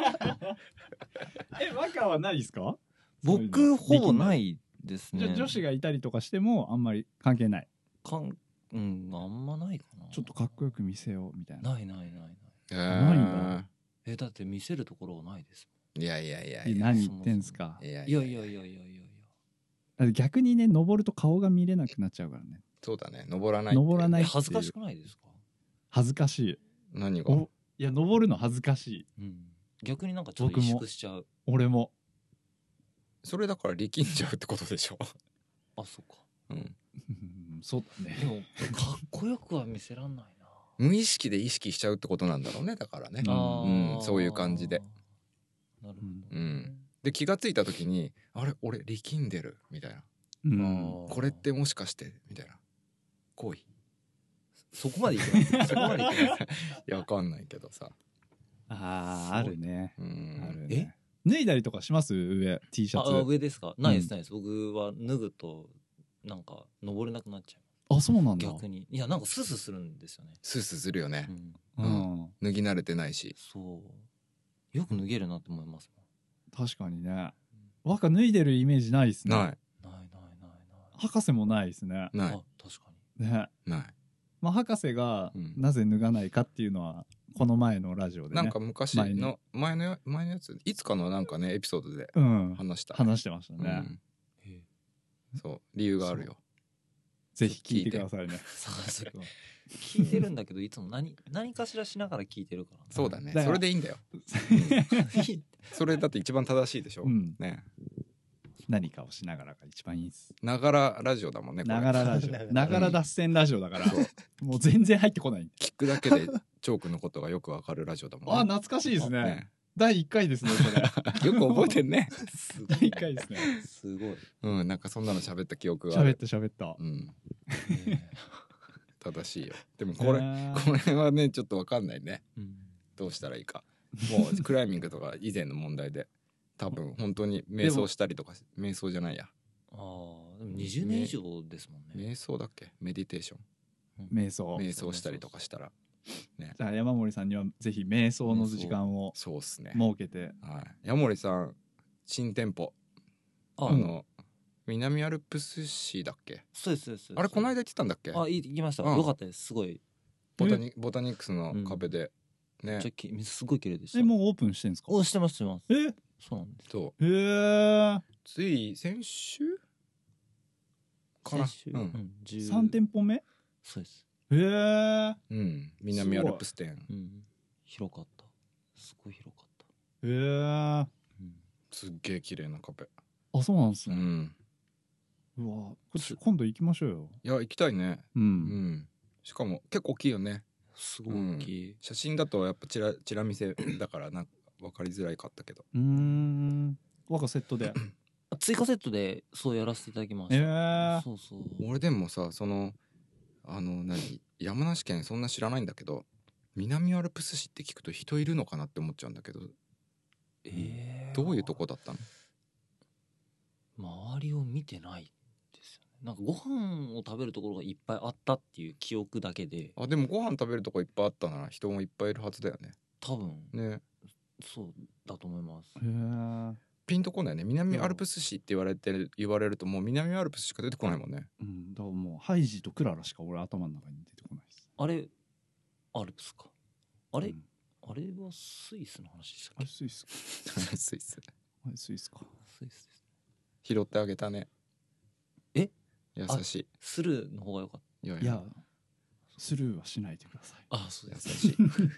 若はないですか？ 僕ほぼないですね。 じゃあ女子がいたりとかしてもあんまり関係ない？ あんまないかな。 ちょっとかっこよく見せようみたいな。 ないないんだ。だって見せるところがないです。 いや何言ってんすか。 いやだって逆にね登ると顔が見れなくなっちゃうからね。 そうだね。登らない恥ずかしくないですか？ 恥ずかしい。 何が？ いや登るの恥ずかしい。 逆になんかちょっと萎縮しちゃう。 俺も。 それだから力んじゃうってことでしょ。 あ、そうか。 そうだね。 でもかっこよくは見せらんないな。 無意識で意識しちゃうってことなんだろうね。だからね。そういう感じで。 なるほど。 で気がついた時にあれ俺力んでるみたいな。これってもしかしてみたいな行為。 そこまでいけない。そこまでいけない。 いやわかんないけどさ。 あるね。あるね。 脱いだりとかします？上 T シャツ。 上ですか？ないですないです。僕は脱ぐとなんか登れなくなっちゃう。あ、そうなんだ。 逆にいやなんかススするんですよね。 ススするよね。脱ぎ慣れてないし。 そうよく脱げるなって思います。 確かにね。若脱いでるイメージないですね。 ない。 博士もないですね。 ない。 確かにね。 ない。 まあ博士がうんなぜ脱がないかっていうのはこの前のラジオでねなんか昔の前のやついつかのなんかねエピソードでうん話した、 話してましたね、 うんそう理由があるよ。 ぜひ聞いてくださいね。 そう聞いてるんだけどいつも何かしらしながら聞いてるからそうだねだからそれでいいんだよ。それだって一番正しいでしょ、 うんね。 何かをしながらが一番いいです。 ながらラジオだもんねこれ。 ながらラジながらオながら脱線ラジオだからもう全然入ってこない。 聞くだけでチョークのことがよくわかるラジオだもんね。 あ、懐かしいですね。 ね第1回ですねそれ。 よく覚えてんね。 第1回ですね。 すごい、 うんなんかそんなの喋った記憶がある。 喋ったうんね正しいよ。でもこれはねちょっとわかんないね。 うんどうしたらいいか。もうクライミングとか以前の問題で多分本当に瞑想したりとか瞑想じゃないやああでも20年以上ですもんね。 瞑想だっけメディテーション瞑想。 瞑想したりとかしたらね。 じゃあ山森さんにはぜひ瞑想の時間をそうっすね。 設けて。 はい。ヤモリさん新店舗あ南アルプス市だっけ。 そうですそうです。 あれこの間言ってたんだっけ。 行きました。 うんよかったですすごい。 ボタニックスの壁でね。 すごい綺麗でした。 もうオープンしてんですか？ おしてますしてます。 えそうなんです。 そうへえ。 つい先週かな。 先週 3店舗目？ そうです。 へえ。 うん南アルプス店広かった。すごい広かった。 へえ。 すっげえ綺麗な壁。 あ、そうなんですね。 うんうわ、今度行きましょうよ。 いや行きたいね。 う。 うんんしかも結構大きいよね。 すごい大きい。 写真だとやっぱチラ見せだからなんか分かりづらいかったけど。 若セットで。 追加セットでそうやらせていただきましえた。 え。 そうそう。 俺でもさ山梨県そんな知らないんだけど南アルプス市って聞くと人いるのかなって思っちゃうんだけどどういうとこだったの？ 周りを見てないですよね。なんかご飯を食べるところがいっぱいあったっていう記憶だけで、 あでもご飯食べるとこいっぱいあったなら人もいっぱいいるはずだよね。 多分ねそうだと思います。 へえ。 ピンとこないね。南アルプス市って言われるともう南アルプスしか出てこないもんね。 だからもうハイジとクララしか俺頭の中に出てこないです。 あれアルプスか。あれ、 うんあれはスイスの話でしたっあれけ？ スイスか。 スイスあれスイスか。 スイスです。 拾ってあげたね。 え優しい。 スルーの方が良かっいやいや、スルーはしないでください。 た。あ、そうです。 優しい。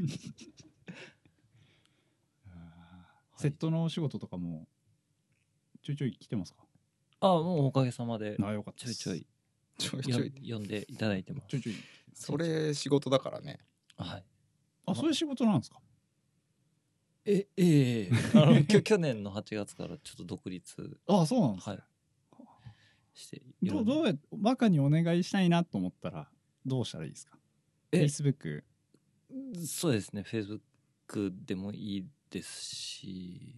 セットのお仕事とかもちょいちょい来てますか？ あ、もうおかげさまであ、よかったです。 ちょいちょいちょいちょい呼んでいただいてます。 ちょいちょい。 それ仕事だからね。 はい。 あ、そういう仕事なんですか？ ええ去年の8月からちょっと独立あ、そうなんですはいね。 してどうやバカにお願いしたいなと思ったらどうしたらいいですか？Facebook。 そうですね。Facebook でもいいですし、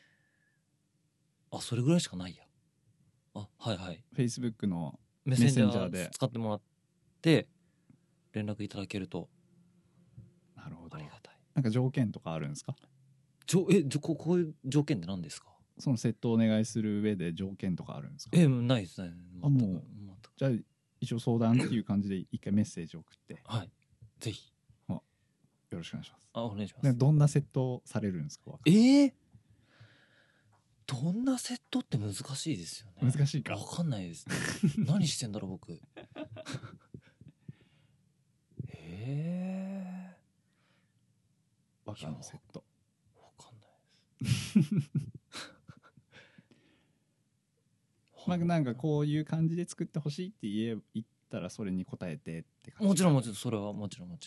それぐらいしかないや。はいはい。 Facebook のメッセンジャメッセンジャーでー使ってもらって連絡いただけるとなるほど。 ありがたい。 なんか条件とかあるんですか？ こういう条件って何ですか？ そのセットお願いする上で条件とかあるんですか？ ないですね。 あもう全くじゃあ一応相談っていう感じで一回メッセージを送ってはい。ぜひよろしくお願いします。 お願いしま。 ですどんなセットをされるんですか？ どんなセットって難しいですよね。 難しいか。 わかんないですね。何してんだろう僕。 若のセット。 わかんないです。 まあなんかこういう感じで作ってほしいって言ったらそれに答えてって感じ。 もちろんそれはもちろん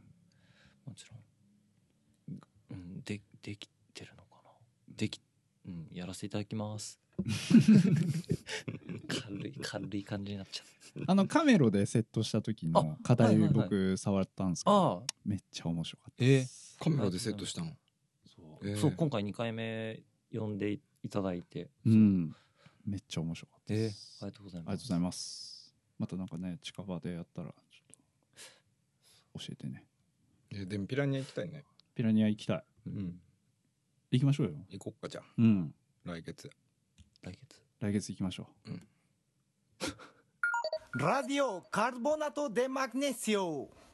できてるのかな。やらせていただきます。軽い感じになっちゃう。 カメロでセットした時の課題僕触ったんですけど、めっちゃ面白かったです。 カメラでセットしたの？ そう今回2回目呼んでいただいて、 めっちゃ面白かったです。 ありがとうございます。 ありがとうございます。またなんかね近場でやったらちょっと教えてね。 でもピラニア行きたいね。 ピラニア行きたい。行きましょうよ。 行こっかじゃあ。来月行きましょう。 Radio Carbonato de Magnesio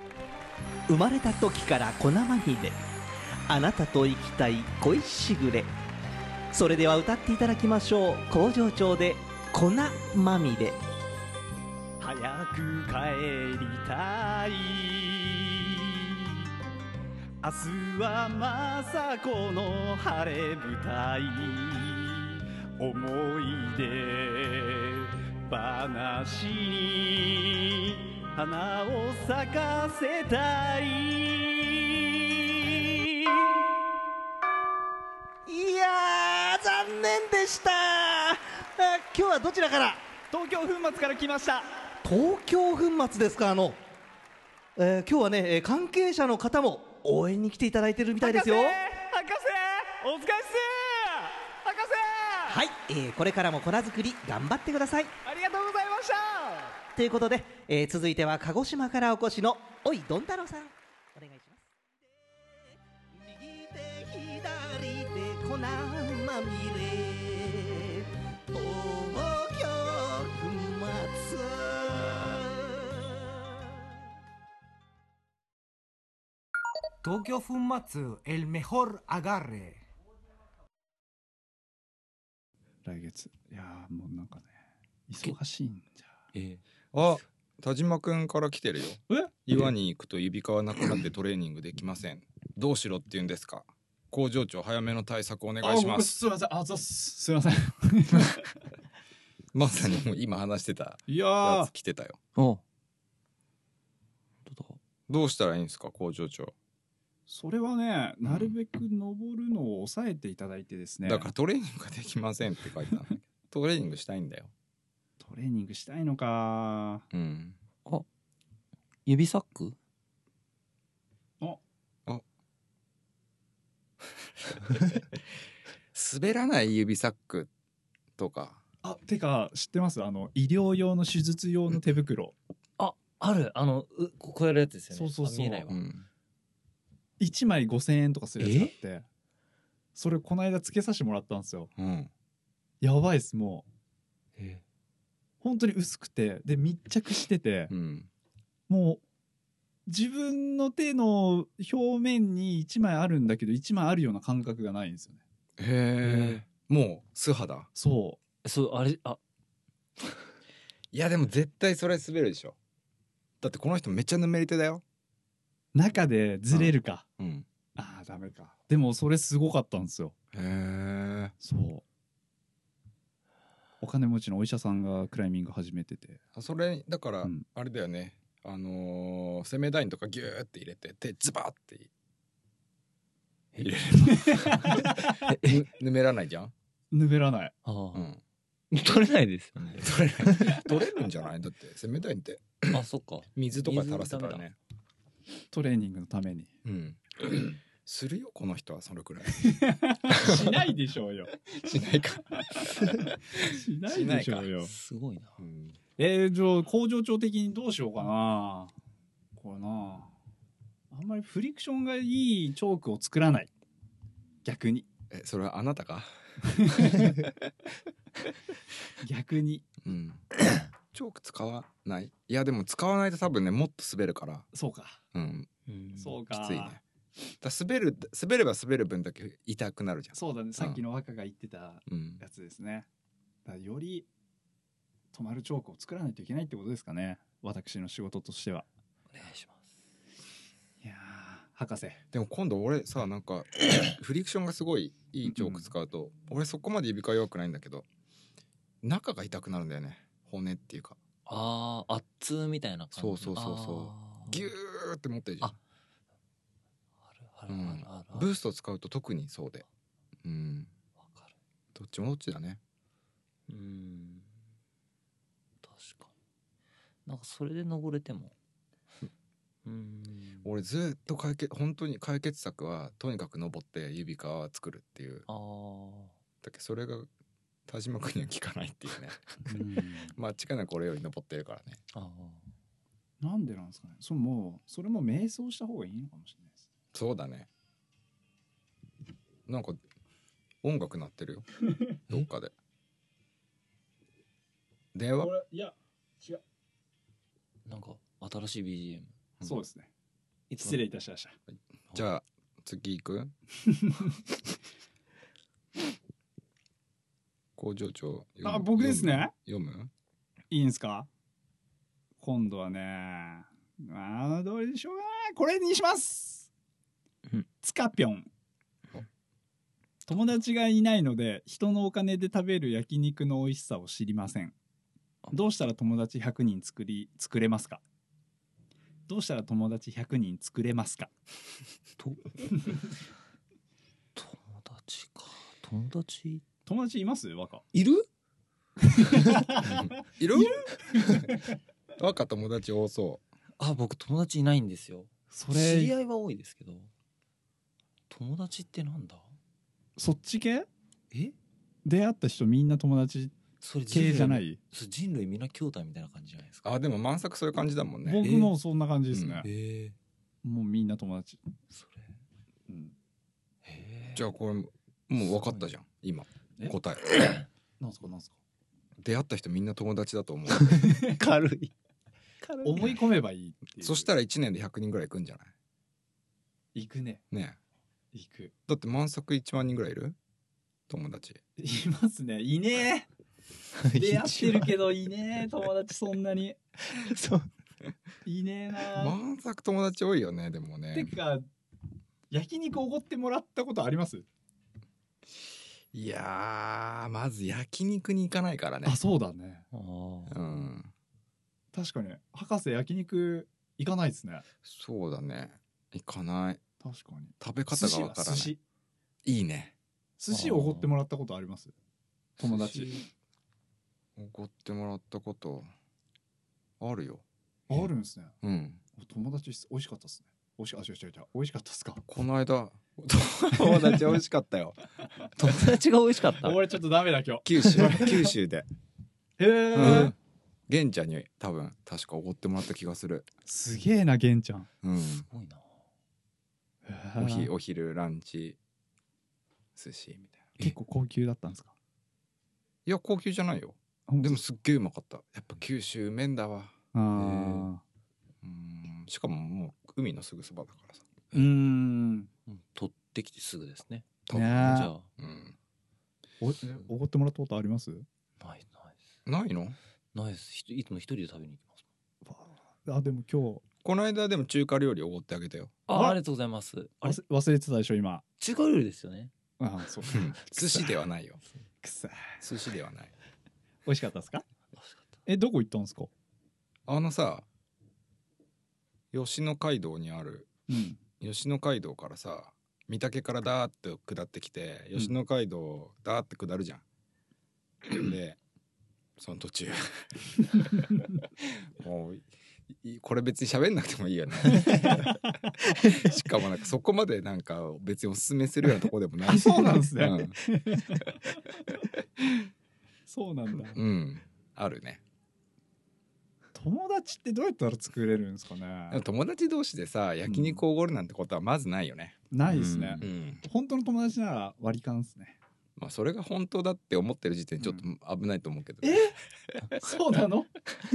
生まれた時から粉まみれ、あなたと生きたい恋しぐれ。それでは歌っていただきましょう。工場長で粉まみれ。早く帰りたい、明日はまさこの晴れ舞台、思い出話に花を咲かせたい。いやー、残念でした。今日はどちらから？ 東京粉末から来ました。 東京粉末ですか。今日はね、関係者の方も応援に来ていただいてるみたいですよ。 博士お疲れっす。博士、 はい、これからも粉作り頑張ってください。 ありがとうございました。 ということで、続いては鹿児島からお越しのおいどん太郎さん、お願いします。右手左手粉まみれ、東京粉末。 東京粉末 el mejor agarre。 来月。いやーもうなんかね忙しいんじゃ。 あ、田島くんから来てるよ。 え？ 岩に行くと指輪なくなってトレーニングできません。どうしろって言うんですか。工場長早めの対策お願いします。 すいません。すいません。 まさにもう今話してたいややーつ来てたよ。 おどうしたらいいんですか工場長。 それはね、なるべく登るのを抑えていただいてですね。 だからトレーニングができませんって書いてあるんだけどトレーニングしたいんだよ。 トレーニングしたいのか。 うん。 指サック？ 滑らない指サックとか。 あ、てか知ってます？医療用の手術用の手袋。 ある。こうやるやつですよね。 そうそうそう見えないわ。 うん。 1枚5000円とかするやつがあって、それこの間つけさせてもらったんですよ。 うん。 やばいです。もう本当に薄くて、で密着してて、 うん。 もう自分の手の表面に1枚あるんだけど1枚あるような感覚がないんですよね。 へえ。もう素肌。 そうあれ、 いやでも絶対それ滑るでしょ。だってこの人めっちゃぬめり手だよ。 中でずれるか。 うん。 あーダメか。でもそれすごかったんですよ。 へえ。 そうお金持ちのお医者さんがクライミング始めてて、 それだからうんあれだよね。攻め台とかギューって入れて手ズバーって入れる。ぬめらないじゃん。 ぬめらない。 あうん。 取れないですよね。 取れるんじゃない？だって攻め台ってあ、そっか。 水とか垂らせたらね。 トレーニングのために。 うん。するよこの人はそれくらい。 しないでしょうよ。 しないか。 しないでしょうよ。 すごいな。 うん。 じゃあ工場長的にどうしようかな。これな、あんまりフリクションがいいチョークを作らない。逆に。 それはあなたか。 逆に。 うん。チョーク使わない？いやでも使わないと多分ねもっと滑るから。 そうか。 うん。 そうか。 きついね。滑れば滑る分だけ痛くなるじゃん。 そうだね。さっきの若が言ってたうん。 やつですね。だからより止まるチョークを作らないといけないってことですかね。私の仕事としては。 お願いします。 いやー博士。 でも今度俺さなんかフリクションがすごいいいチョーク使うと、俺そこまで指輪弱くないんだけど中が痛くなるんだよね。骨っていうか圧みたいな感じ。 そうギューって持ってるじゃん。 あるブースト使うと特にそうで、うん、 わかる。 どっちもどっちだね。 確かに。なんかそれで登れても俺ずっと本当に解決策はとにかく登って指輪は作るっていう。だけどそれが田島君には効かないっていうね。間違いなく俺より登ってるからね。 なんでなんですかね。それも瞑想した方がいいのかもしれないです。 そうだね。なんか音楽鳴ってるよどっかで。電話？ いや違う。 なんか新しい BGM。 そうですね。 いつも失礼いたしました。 じゃあ次行く工場長あ、僕ですね。 読むいいんすか？今度はね、どれでしょうかね。これにします。つかぴょん。友達がいないので人のお金で食べる焼肉の美味しさを知りません。どうしたら友達100人作れますか？どうしたら友達100人作れますか？ 友達か。友達います若？ いる？ いる若友達多そう。 あ、僕友達いないんですよ。 そ知りれ合いは多いですけど、友達ってなんだ？ そっち系？ え？ 出会った人みんな友達それ系じゃない？ それ人類みんな兄弟みたいな感じじゃないですか。 あ、でも満作そういう感じだもんね。 僕もそんな感じですね。もうみんな友達。 それ。 うん。 じゃあこれもう分かったじゃん今答え。 なんすかなんすか。 出会った人みんな友達だと思う。 軽い。 思い込めばいいっていう。 そしたら1年で100人ぐらいいくんじゃない？ 行くね。 ねえ。 行く。 だって満作1万人ぐらいいる？友達。 いますね。いねえ。出会ってるけどいねえ。友達そんなに。 そう。 いねえな。 満作友達多いよねでもね。 てか焼肉おごってもらったことあります？ いやーまず焼肉に行かないからね。 あ、そうだね。 うん。 確かに博士焼肉行かないですね。 そうだね。行かない。 確かに。 食べ方がわからない。 寿司いいね。 寿司おごってもらったことあります？友達。 寿司おごってもらったことあるよ。 あるんですね。 うん。 友達美味しかったですね。違う美味しかったですか？ この間友達美味しかったよ。 友達が美味しかった。 俺ちょっとダメだ今日。 九州で。 へえ。 玄ちゃんに多分確かおごってもらった気がする。 すげえな玄ちゃん。 うん。 すごいな。 お昼ランチ寿司みたいな。 結構高級だったんですか？ いや高級じゃないよ。でもすっげえうまかった。やっぱ九州麺だわ。しかももう海のすぐそばだからさ。 取ってきてすぐですね。 多分ね。 じゃあ、 おごってもらったことあります？ ないの？ ないです。いつも一人で食べに行きます。 あ、でも今日この間でも中華料理おごってあげたよ。 ありがとうございます。 忘れてたでしょ今。 中華料理ですよね。 あ、そう。 寿司ではないよ。 くさ。 寿司ではない。 美味しかったですか？どこ行ったんですか？ さ吉野街道にある、吉野街道からさ御嶽からダーッと下ってきて吉野街道ダーッて下るじゃん。でその途中もうこれ別に喋んなくてもいいよね。しかもなんかそこまでなんか別におすすめするようなとこでもない。 そうなんですね。そうなんだ。 うん、あるね。 友達ってどうやったら作れるんですかね。 友達同士でさ焼肉おごるなんてことはまずないよね。 ないですね。 うん本当の友達なら割り勘ですね。 まあそれが本当だって思ってる時点でちょっと危ないと思うけど、 そうなの？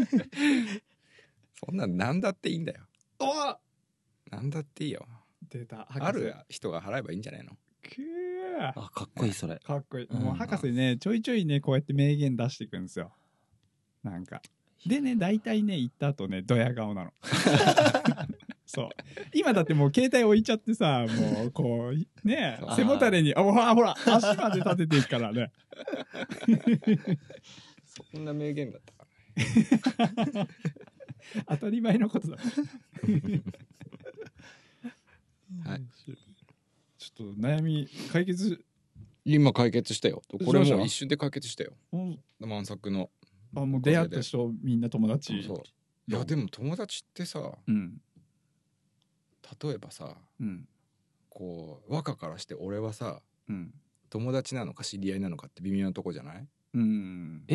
そんなん何だっていいんだよ。 あ、 何だっていいよ。 出た。 ある人が払えばいいんじゃないの？ あ、かっこいいそれ。 かっこいい。もう博士ねちょいちょいねこうやって名言出していくんですよ。なんかでね大体ね行った後ねドヤ顔なの。そう今だってもう携帯置いちゃってさもうこうね背もたれにほら足まで立てていくからね。 そんな名言だったかね。 当たり前のことだ。 はい。 ちょっと悩み解決。 今解決したよ。これもう一瞬で解決したよ。 うん満作の。 もう出会った人みんな友達。 そう。いやでも友達ってさ、例えばさ、こう和歌からして俺はさ、友達なのか知り合いなのかって微妙なとこじゃない？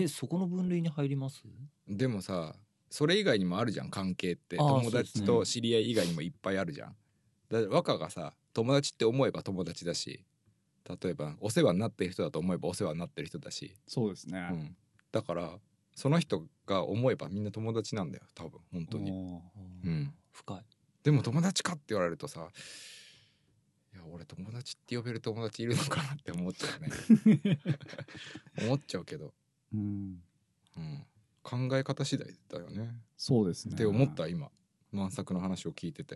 そこの分類に入ります？ でもさそれ以外にもあるじゃん関係って。友達と知り合い以外にもいっぱいあるじゃん。だから和歌がさ友達って思えば友達だし、例えばお世話になってる人だと思えばお世話になってる人だし。 そうですね。 だからその人が思えばみんな友達なんだよ多分本当に。 深い。 でも友達かって言われるとさ、いや俺友達って呼べる友達いるのかなって思っちゃうね思っちゃうけど、 うん考え方次第だよねそうですねって思った今満作の話を聞いてて。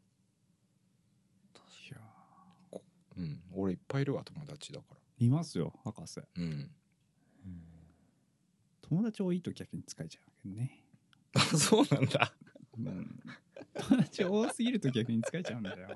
いや俺いっぱいいるわ友達だから。 いますよ博士。友達多いと逆に疲れちゃうけどね。 あそうなんだ、 友達多すぎると逆に疲れちゃうんだよ。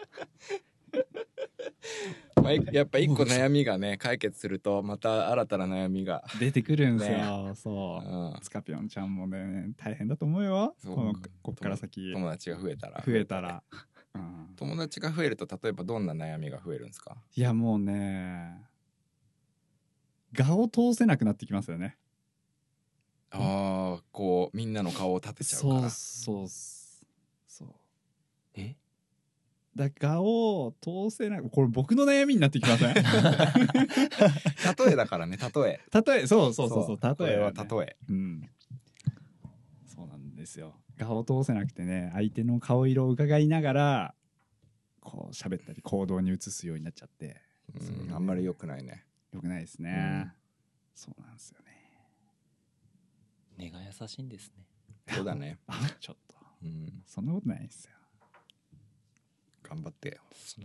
まあ、やっぱ一個悩みがね解決するとまた新たな悩みが出てくるんですよ、そう、 うんスカピオンちゃんもね大変だと思うよ。こっから先友達が増えたら、友達が増えると例えばどんな悩みが増えるんですか？ いやもうね画を通せなくなってきますよね。 ああこうみんなの顔を立てちゃうから。 そうだ画を通せない。これ僕の悩みになってきません例えだからね例え例えそう例えこれは例え、 そうなんですよ。画を通せなくてね相手の顔色を伺いながらこう喋ったり行動に移すようになっちゃって、 あんまり良くないね。 良くないですね、そうなんですよね。 根が優しいんですね。 そうだねちょっと、そんなことないですよ。 頑張ってよ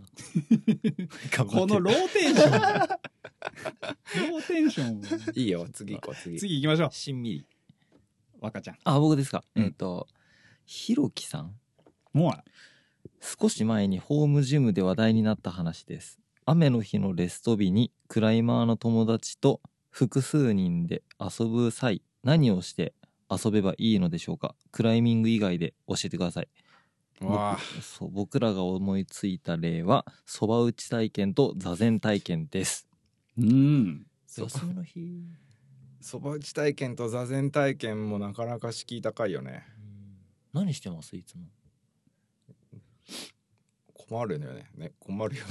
このローテンションローテンションいいよ次行こう次行きましょう。 しんみり。 若ちゃん。 あ、僕ですか。ひろきさん。 もう少し前にホームジムで話題になった話です。雨の日のレスト日にクライマーの友達と複数人で遊ぶ際、何をして遊べばいいのでしょうか。クライミング以外で教えてください。僕らが思いついた例はそば打ち体験と座禅体験です。休みの日そば打ち体験と座禅体験もなかなか敷居高いよね。 何してますいつも？ 困るよね困るよ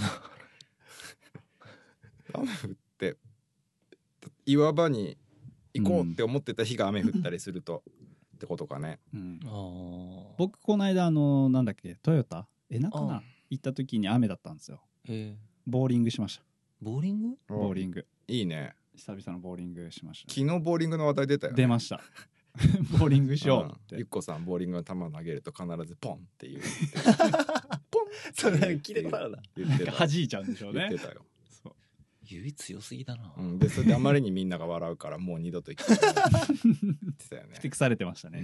雨降って岩場に行こうって思ってた日が雨降ったりするとってことかね。 僕この間なんだっけトヨタかな行った時に雨だったんですよ。ボーリングしました。 ボーリングいいね。 久々のボーリングしました。 昨日ボーリングの話題出たよね。 出ましたボーリングしようって。 ゆっこさんボーリングの球投げると必ずポンっていうポンそれ聞いたことあるな。 なんか弾いちゃうんでしょうね。 言ってたよ。 指強すぎだな。 でそれであまりにみんなが笑うからもう二度と行ってないって言ってたよね。 ふてくされてましたね。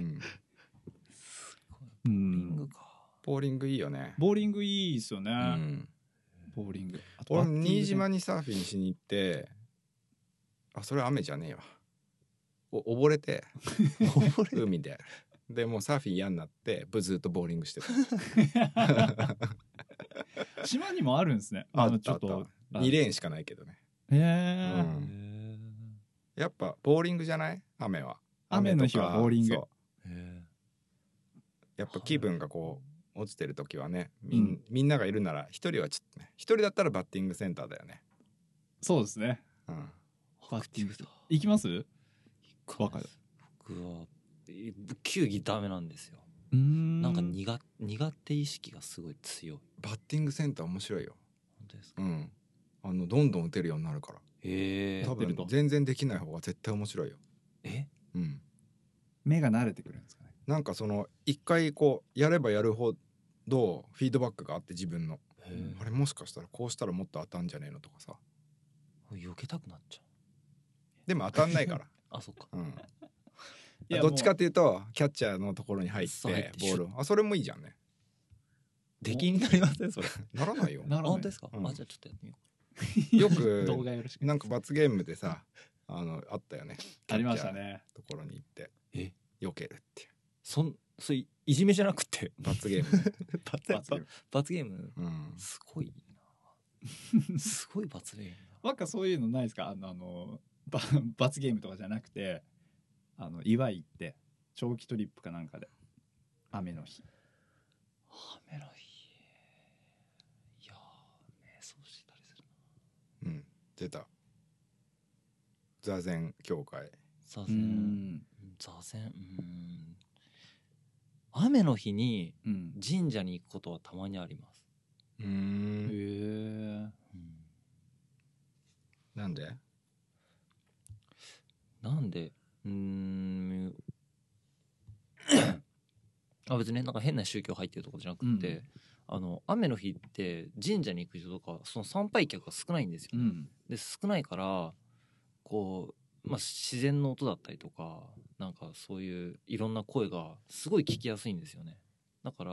ボーリングいいよね。 ボーリングいいですよね。ボーリング。 俺新島にサーフィンしに行ってそれ雨じゃねえわ。溺れて海でもうサーフィン嫌になってずっとボーリングしてた島にもあるんですね。 ちょっと2レーンしかないけどね。やっぱボーリングじゃない？雨は雨の日はボーリング。 やっぱ気分がこう落ちてる時はねみんながいるなら一人はちょっとね一人だったらバッティングセンターだよね。 そうですね。バッティング行きます？ 僕は球技ダメなんですよ。なんか苦手意識がすごい強い。 バッティングセンター面白いよ。 本当ですか？ どんどん打てるようになるから。多分全然できない方が絶対面白いよ。 目が慣れてくるんですかね。 なんかその一回こうやればやるほどフィードバックがあって自分のあれもしかしたらこうしたらもっと当たんじゃねえのとかさ。 避けたくなっちゃう。 でも当たんないからあ、そっか。 どっちかっていうとキャッチャーのところに入ってボールそれもいいじゃんね。 出禁になりませんそれ？ ならないよ。 本当ですか？じゃあちょっとやってみよう。よく動画よろしく。 なんか罰ゲームでさあったよね。 ありましたね。 ところに行って避けるっていう。 そういじめじゃなくて罰ゲーム。 罰ゲーム。すごいな。すごい罰ゲーム。 なんかそういうのないですか？罰ゲームとかじゃなくて岩行って長期トリップかなんかで雨の日。 いや瞑想したりするな。 出た。座禅協会。 座禅。 雨の日に神社に行くことはたまにあります。 へえ。 なんで別にねなんか変な宗教入ってるとこじゃなくて、雨の日って神社に行く人とかその参拝客が少ないんですよ、で少ないからこう、自然の音だったりとかなんかそういういろんな声がすごい聞きやすいんですよね。だから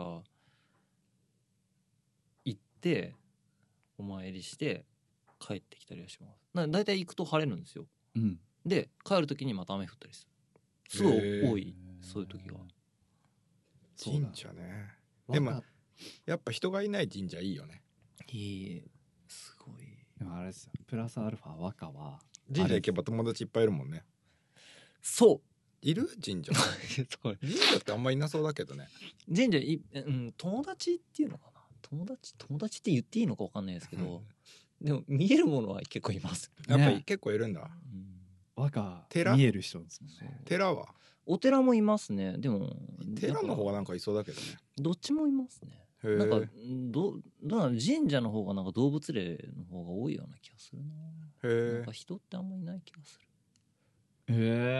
行ってお参りして帰ってきたりはします。だいたい行くと晴れるんですよ、で帰る時にまた雨降ったりする。すごい多い、そういう時が。 神社ね。でもやっぱ人がいない神社いいよね。 すごい。 でもあれですよ、プラスアルファ和歌は神社行けば友達いっぱいいるもんね。 そういる神社神社ってあんまいなそうだけどね。 神社友達っていうのかな、友達って言っていいのか分かんないですけど、でも見えるものは結構います。 やっぱり結構いるんだ。 和歌寺見える人ですもんね。 寺はお寺もいますね。でも寺の方がなんかいそうだけどね。 どっちもいますね。なんかどうなの、神社の方がなんか動物霊の方が多いような気がするな。なんか人ってあんまりいない気がする。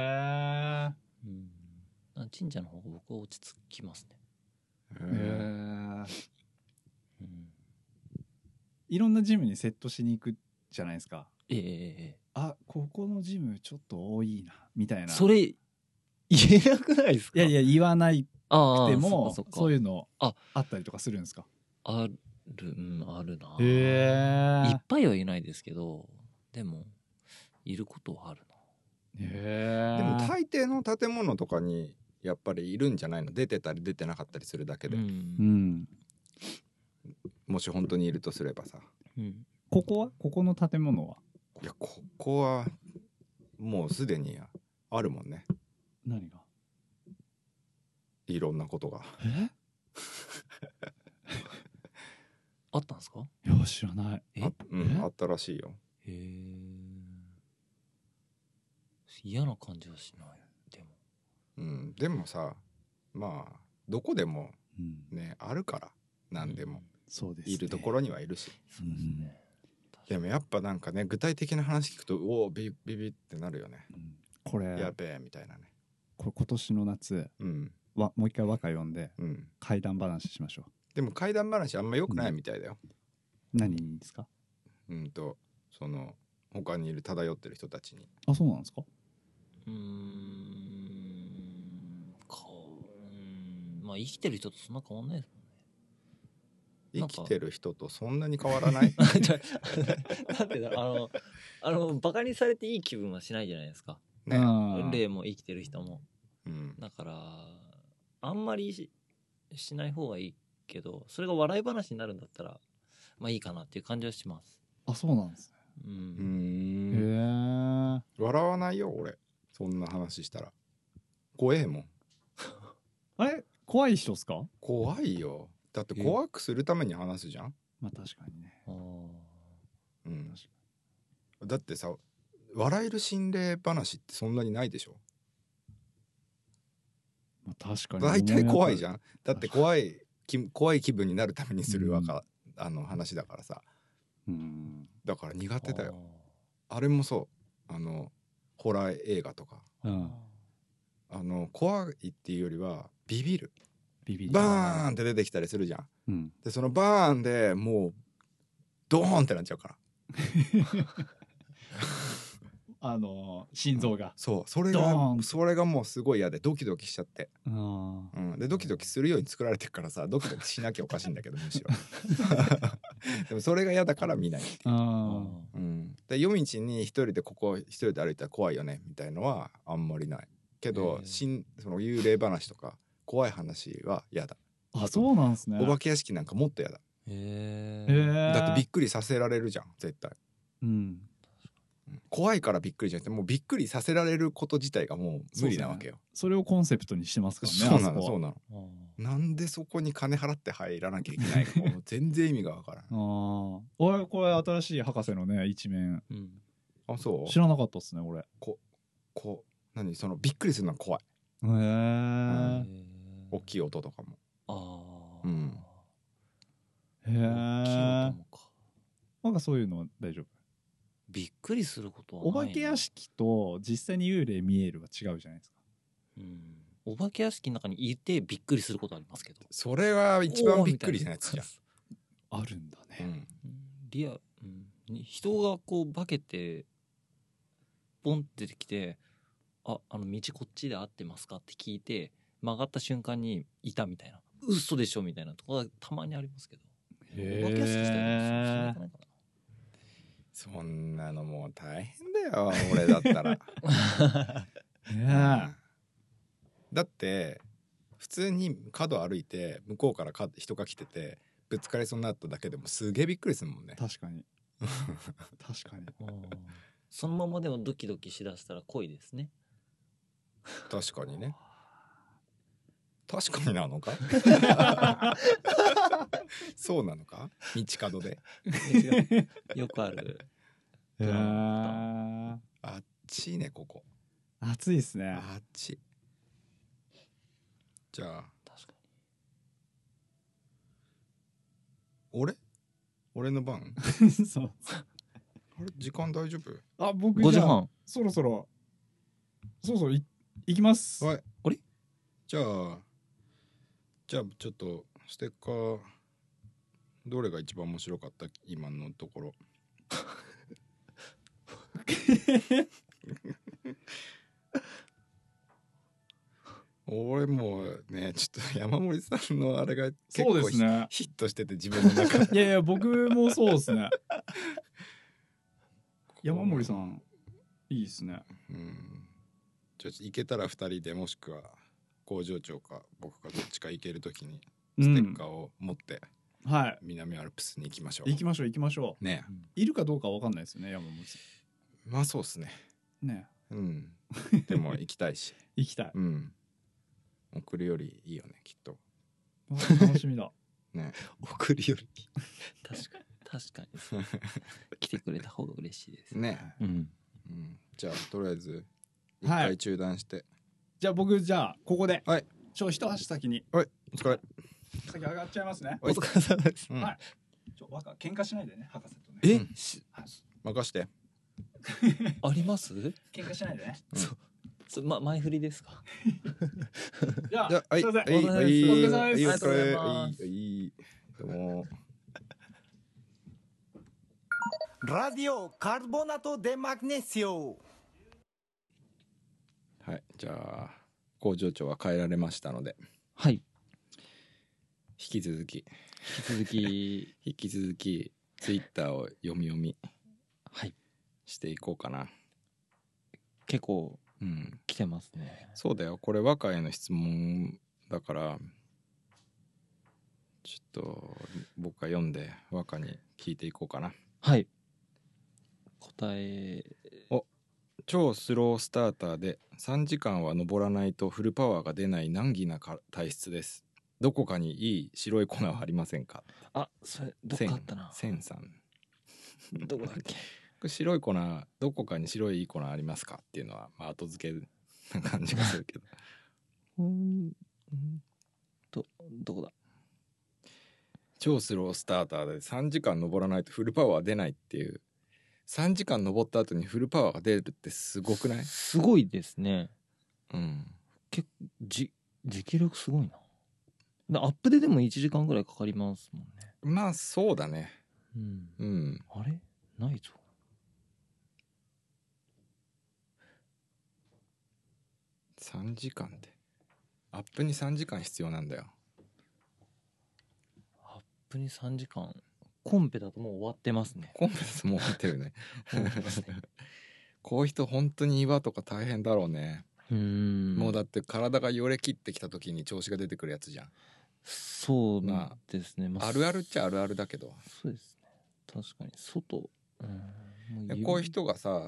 神社の方が僕は落ち着きますね。 いろんなジムにセットしに行くじゃないですか。 あ、 ここのジムちょっと多いなみたいな。 それ言えなくないですか？ いや言わないくてもそういうのあったりとかするんですか？ あるあるな。いっぱいは言えないですけど、でもいることはあるな。 でも大抵の建物とかにやっぱりいるんじゃないの？出てたり出てなかったりするだけで、もし本当にいるとすればさ、 ここの建物は？ いやここはもうすでにあるもんね。 何が？ いろんなことが。 あったんですか？ いや知らない。 あったらしいよ。 嫌な感じはしない。 でもさ、まあどこでもね、あるから何でも、いるところにはいるし。でもやっぱなんかね、具体的な話聞くとビビってなるよね。 これやべえみたいなね。 これ今年の夏、もう一回和歌読んで、怪談話しましょう。 でも怪談話あんま良くないみたいだよ。 何にですか？ その他にいる漂ってる人たちに。 あ、そうなんですか？ まあ生きてる人とそんな変わんないですもんね。生きてる人とそんなに変わらない。 なんてバカにされていい気分はしないじゃないですか。 ね。 霊も生きてる人も。だからあんまりしない方がいいけど、それが笑い話になるんだったらまあいいかなっていう感じはします。 あ、そうなんですね。笑わないよ俺、そんな話したら。怖えもん。 あれ怖い人っすか？ 怖いよ。だって怖くするために話すじゃん。 まあ確かにね。 だってさ、笑える心霊話ってそんなにないでしょ。 まあ確かに大体怖いじゃん。だって怖い気分になるためにする話だからさ。だから苦手だよ。あれもそう、ホラー映画とか、怖いっていうよりはビビる。バーンって出てきたりするじゃん。でそのバーンでもうドーンってなっちゃうから。 心臓が。 そう、それがもうすごい嫌でドキドキしちゃって。でドキドキするように作られてるからさ、ドキドキしなきゃおかしいんだけどむしろ。でもそれが嫌だから見ないっていう。で夜道に一人で歩いたら怖いよねみたいのはあんまりないけど、その幽霊話とか怖い話は嫌だ。 あ、そうなんですね。 お化け屋敷なんかもっと嫌だ。だってびっくりさせられるじゃん絶対。怖いからびっくりじゃなくて、もうびっくりさせられること自体がもう無理なわけよ。 それをコンセプトにしてますからね。 そうなの。なんでそこに金払って入らなきゃいけないかもう全然意味がわからない。これ新しい博士のね一面。 あ、そう。 知らなかったっすね俺。 何そのびっくりするのは怖い。 大きい音とかも。 ああ、 うんへえ。 大きい音もか。 なんかそういうのは大丈夫？ びっくりすることはないな。 お化け屋敷と実際に幽霊見えるは違うじゃないですか。 うん、お化け屋敷の中にいてびっくりすることありますけど、 それは一番びっくりじゃないですか。 あるんだね。 うんうんリア、人がこう化けてボンって出てきて、道こっちで合ってますかって聞いて曲がった瞬間にいたみたいな、嘘でしょみたいなとこはたまにありますけど、 へーお化け屋敷自体はそんなことないかな。 そんなのもう大変だよ俺だったら。 ねうんだって普通に角歩いて向こうから人が来ててぶつかりそうになっただけでもすげえびっくりするもんね。 確かに確かに。 そのままでもドキドキしだしたら恋ですね。 確かにね。確かになのかそうなのか道角でよくある。 へーあっちねここ暑いですね。 あっち。じゃあ確か俺の番そう。 あれ時間大丈夫？ あ、僕に5 じゃあ時半。 そろそろ行きます。 はい。 あれじゃあちょっとステッカーどれが一番面白かった今のところ。俺もねちょっと山森さんのあれが結そう構ですね。 ヒットしてて自分の中でいやいや僕もそうですね。山森さんいいですね。 うんじゃあ行けたら2人でもしくは工場長か僕かどっちか行けるときにステッカーを持ってはい。 南アルプスに行きましょう。 行きましょう。 ねいるかどうかわかんないですよね、山森さまあそうっすね。 ん。ね。 うんでも行きたいし行きたい。 うん送るよりいいよねきっと楽しみだ。 ね。 送るより確かに来てくれた方が嬉しいです。 ね、 うん。 じゃあとりあえず一はい回中断して、 じゃあ僕ここで。 はい。 一足先にはい、お疲れ。 先上がっちゃいますね。 はいお疲れ様です。 うんはい喧嘩しないでね、博士とね。 え、 うん任して。 あります？ 喧嘩しないでね。 前振りですか？ じゃあじゃあはいすいません。 はいはいお疲れ様です。 はいお疲れありがとうございはますいどうも。 Radio Carbonato de Magnesio. はいじゃあ工場長は帰られましたのではい。 引き続き引き続きツイッターを読みはいしていこうかな。 結構うん来てますね。 そうだよこれ和歌への質問だからちょっと僕が読んで和歌に聞いていこうかな。 はい。答え超スロースターターで3時間は登らないとフルパワーが出ない難儀な体質です。どこかにいい白い粉はありませんか？ それどっかあったな。 センさんどこだっけ？ これ白い粉どこかに白い粉ありますかっていうのは、まあ、後付けな感じがするけどどこだ？ 超スロースターターで3時間登らないとフルパワー出ないっていう3時間登った後にフルパワーが出るってすごくない？ すごいですね。 うん持久力すごいな。アップでも1時間ぐらいかかりますもんね。 まあそうだね。うんあれないぞ。 3時間でアップに3時間必要なんだよ。 アップに3時間。コンペだともう終わってますね。 コンペスも終わってるね終わってますね。 こういう人本当に岩とか大変だろうね。もうだっって体がよれ切ってきた時に調子が出てくるやつじゃん。 そうまあですね。 あるあるっちゃあるあるだけど、 そうですね。確かに外。もうこういう人がさ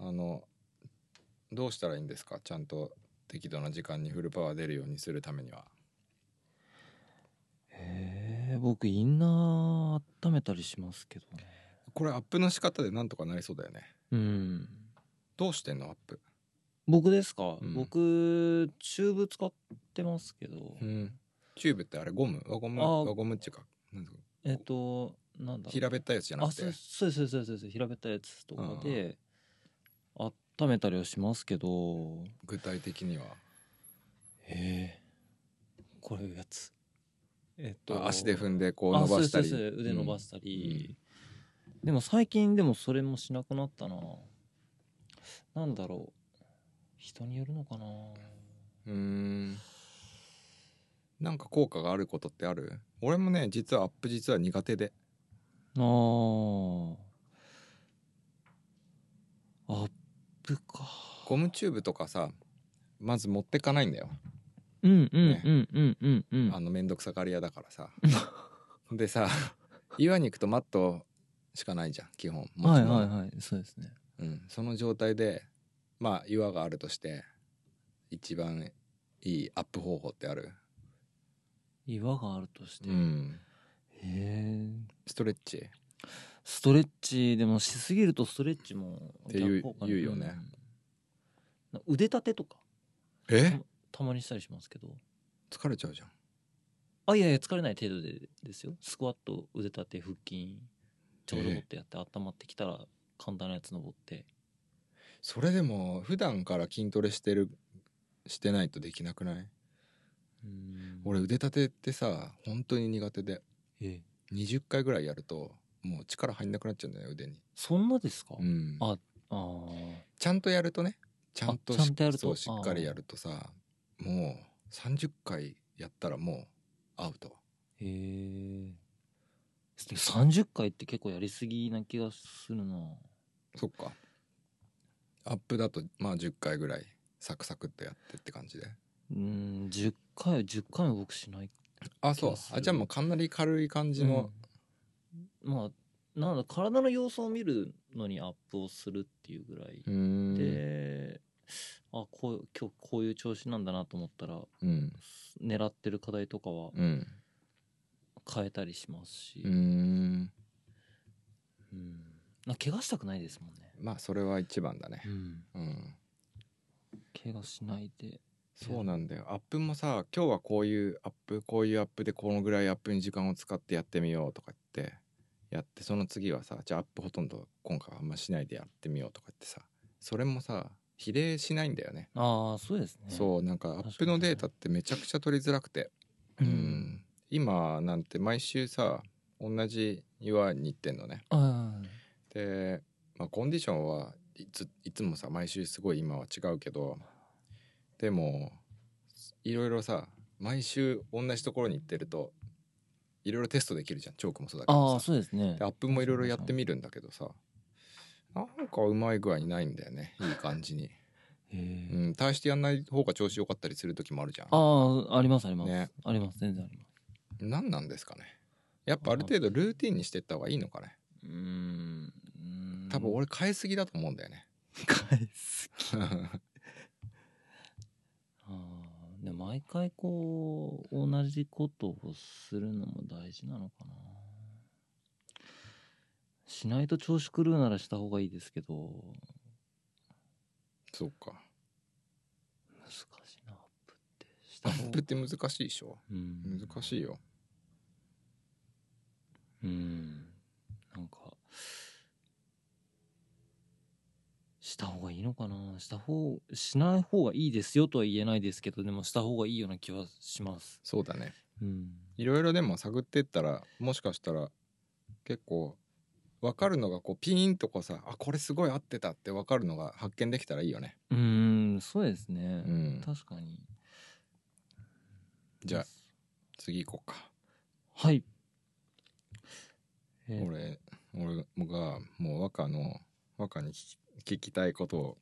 どうしたらいいんですか？ちゃんと適度な時間にフルパワー出るようにするためには。 僕インナー温めたりしますけどね。 これアップの仕方でなんとかなりそうだよね。どうしてんのアップ？ 僕ですか、 うん、 僕チューブ使ってますけど、 うん、チューブってあれゴム輪ゴムっていうかなんだろうなんだろう、 平べったいやつじゃなくて、 そうですそうです平べったいやつとかで温めたりはしますけど。 具体的にはこれやつ足で踏んでこう伸ばしたり、 そうです腕伸ばしたり、でも最近でもそれもしなくなったな。なんだろう、人によるのかな。 なんか効果があることってある？俺もね実はアップ実は苦手で。 アップか。 ゴムチューブとかさまず持ってかないんだよ。 めんどくさがり屋だからさでさ岩に行くとマットしかないじゃん基本。 はいはいはい、そうですね。 その状態でまあ岩があるとして一番いいアップ方法ってある？ 岩があるとして、 ストレッチでもしすぎるとストレッチもって言うよね。 腕立てとかたまにしたりしますけど。 疲れちゃうじゃん。 いやいや疲れない程度ですよ。スクワット、腕立て、腹筋ちょうど持ってやって、温まってきたら簡単なやつ登って。 それでも普段から筋トレしてないとできなくない？俺腕立てってさ本当に苦手で、20回ぐらいやるともう力入んなくなっちゃうんだよ腕に。 そんなですか？ ちゃんとやるとね、ちゃんとやるとしっかりやるとさ、もう30回やったらもうアウト。 30回って結構やりすぎな気がするな。 そっか。アップだとまあ10回ぐらいサクサクってやってって感じで。 10回も僕しない。 そうじゃあもうかなり軽い感じの、 まあなんだ、体の様子を見るのにアップをするっていうぐらいで、今日こういう調子なんだなと思ったら、狙ってる課題とかは変えたりしますし、怪我したくないですもんね。 まあそれは一番だね。 怪我しないで。 そうなんだよ。アップもさ、今日はこういうアップでこのぐらいアップに時間を使ってやってみようとか言ってやって、その次はさ、じゃあアップほとんど今回はあんましないでやってみようとか言ってさ、それもさ比例しないんだよね。 そうですね。 そう、なんかアップのデータってめちゃくちゃ取りづらくて、今なんて毎週さ同じ岩に行ってんのね。で、コンディションはいつもさ毎週すごい今は違うけど、でもいろいろさ毎週同じところに行ってるといろいろテストできるじゃん。チョークもそうだけどさ。 そうですね。 でアップもいろいろやってみるんだけどさ、なんかうまい具合にないんだよね、いい感じに。大してやんない方が調子良かったりする時もあるじゃん。 あります、 ね、 あります、全然あります。 何なんですかね。やっぱある程度ルーティンにしていった方がいいのかね。多分俺変えすぎだと思うんだよね。 変えすぎで毎回こう同じことをするのも大事なのかな。しないと調子狂うならした方がいいですけど。 そうか。 難しいな、アップって。アップって難しいでしょ。難しいよ。 なんかした方がいいのかな。しない方がいいですよとは言えないですけど、でもした方がいいような気はします。 そうだね。いろいろでも探ってったらもしかしたら結構分かるのがこうピーンとこうさ、これすごい合ってたって分かるのが発見できたらいいよね。 そうですね。確かに。 じゃあ次行こうか。 はい。 俺がもう若に聞きたいことを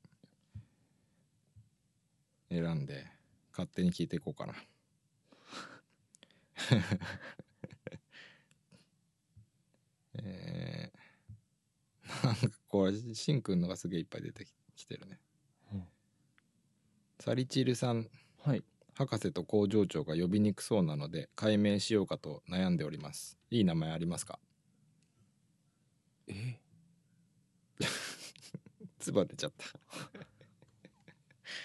選んで勝手に聞いていこうかな。なんかこれしんくんのがすげえいっぱい出てきてるね。サリチルさん、博士と工場長が呼びにくそうなので改名しようかと悩んでおります。いい名前ありますか？つば出ちゃった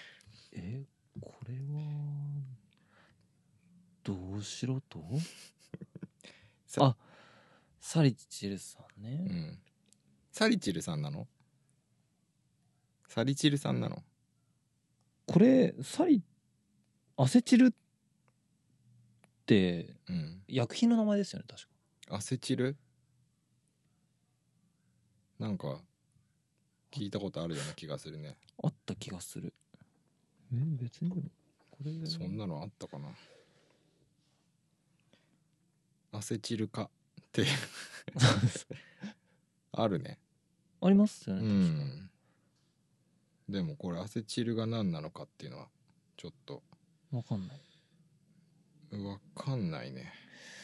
これはどうしろとさサリチルさんね、 うん、サリチルさんなの？サリチルさんなの？ これアセチルってうん、 薬品の名前ですよね確か。 アセチルなんか聞いたことあるような気がするね。 あった気がする。別にこれそんなのあったかな。アセチル化ってあるね。 ありますようね確か。 ん。でもこれアセチルが何なのかっていうのはちょっとわかんない。 わかんないね。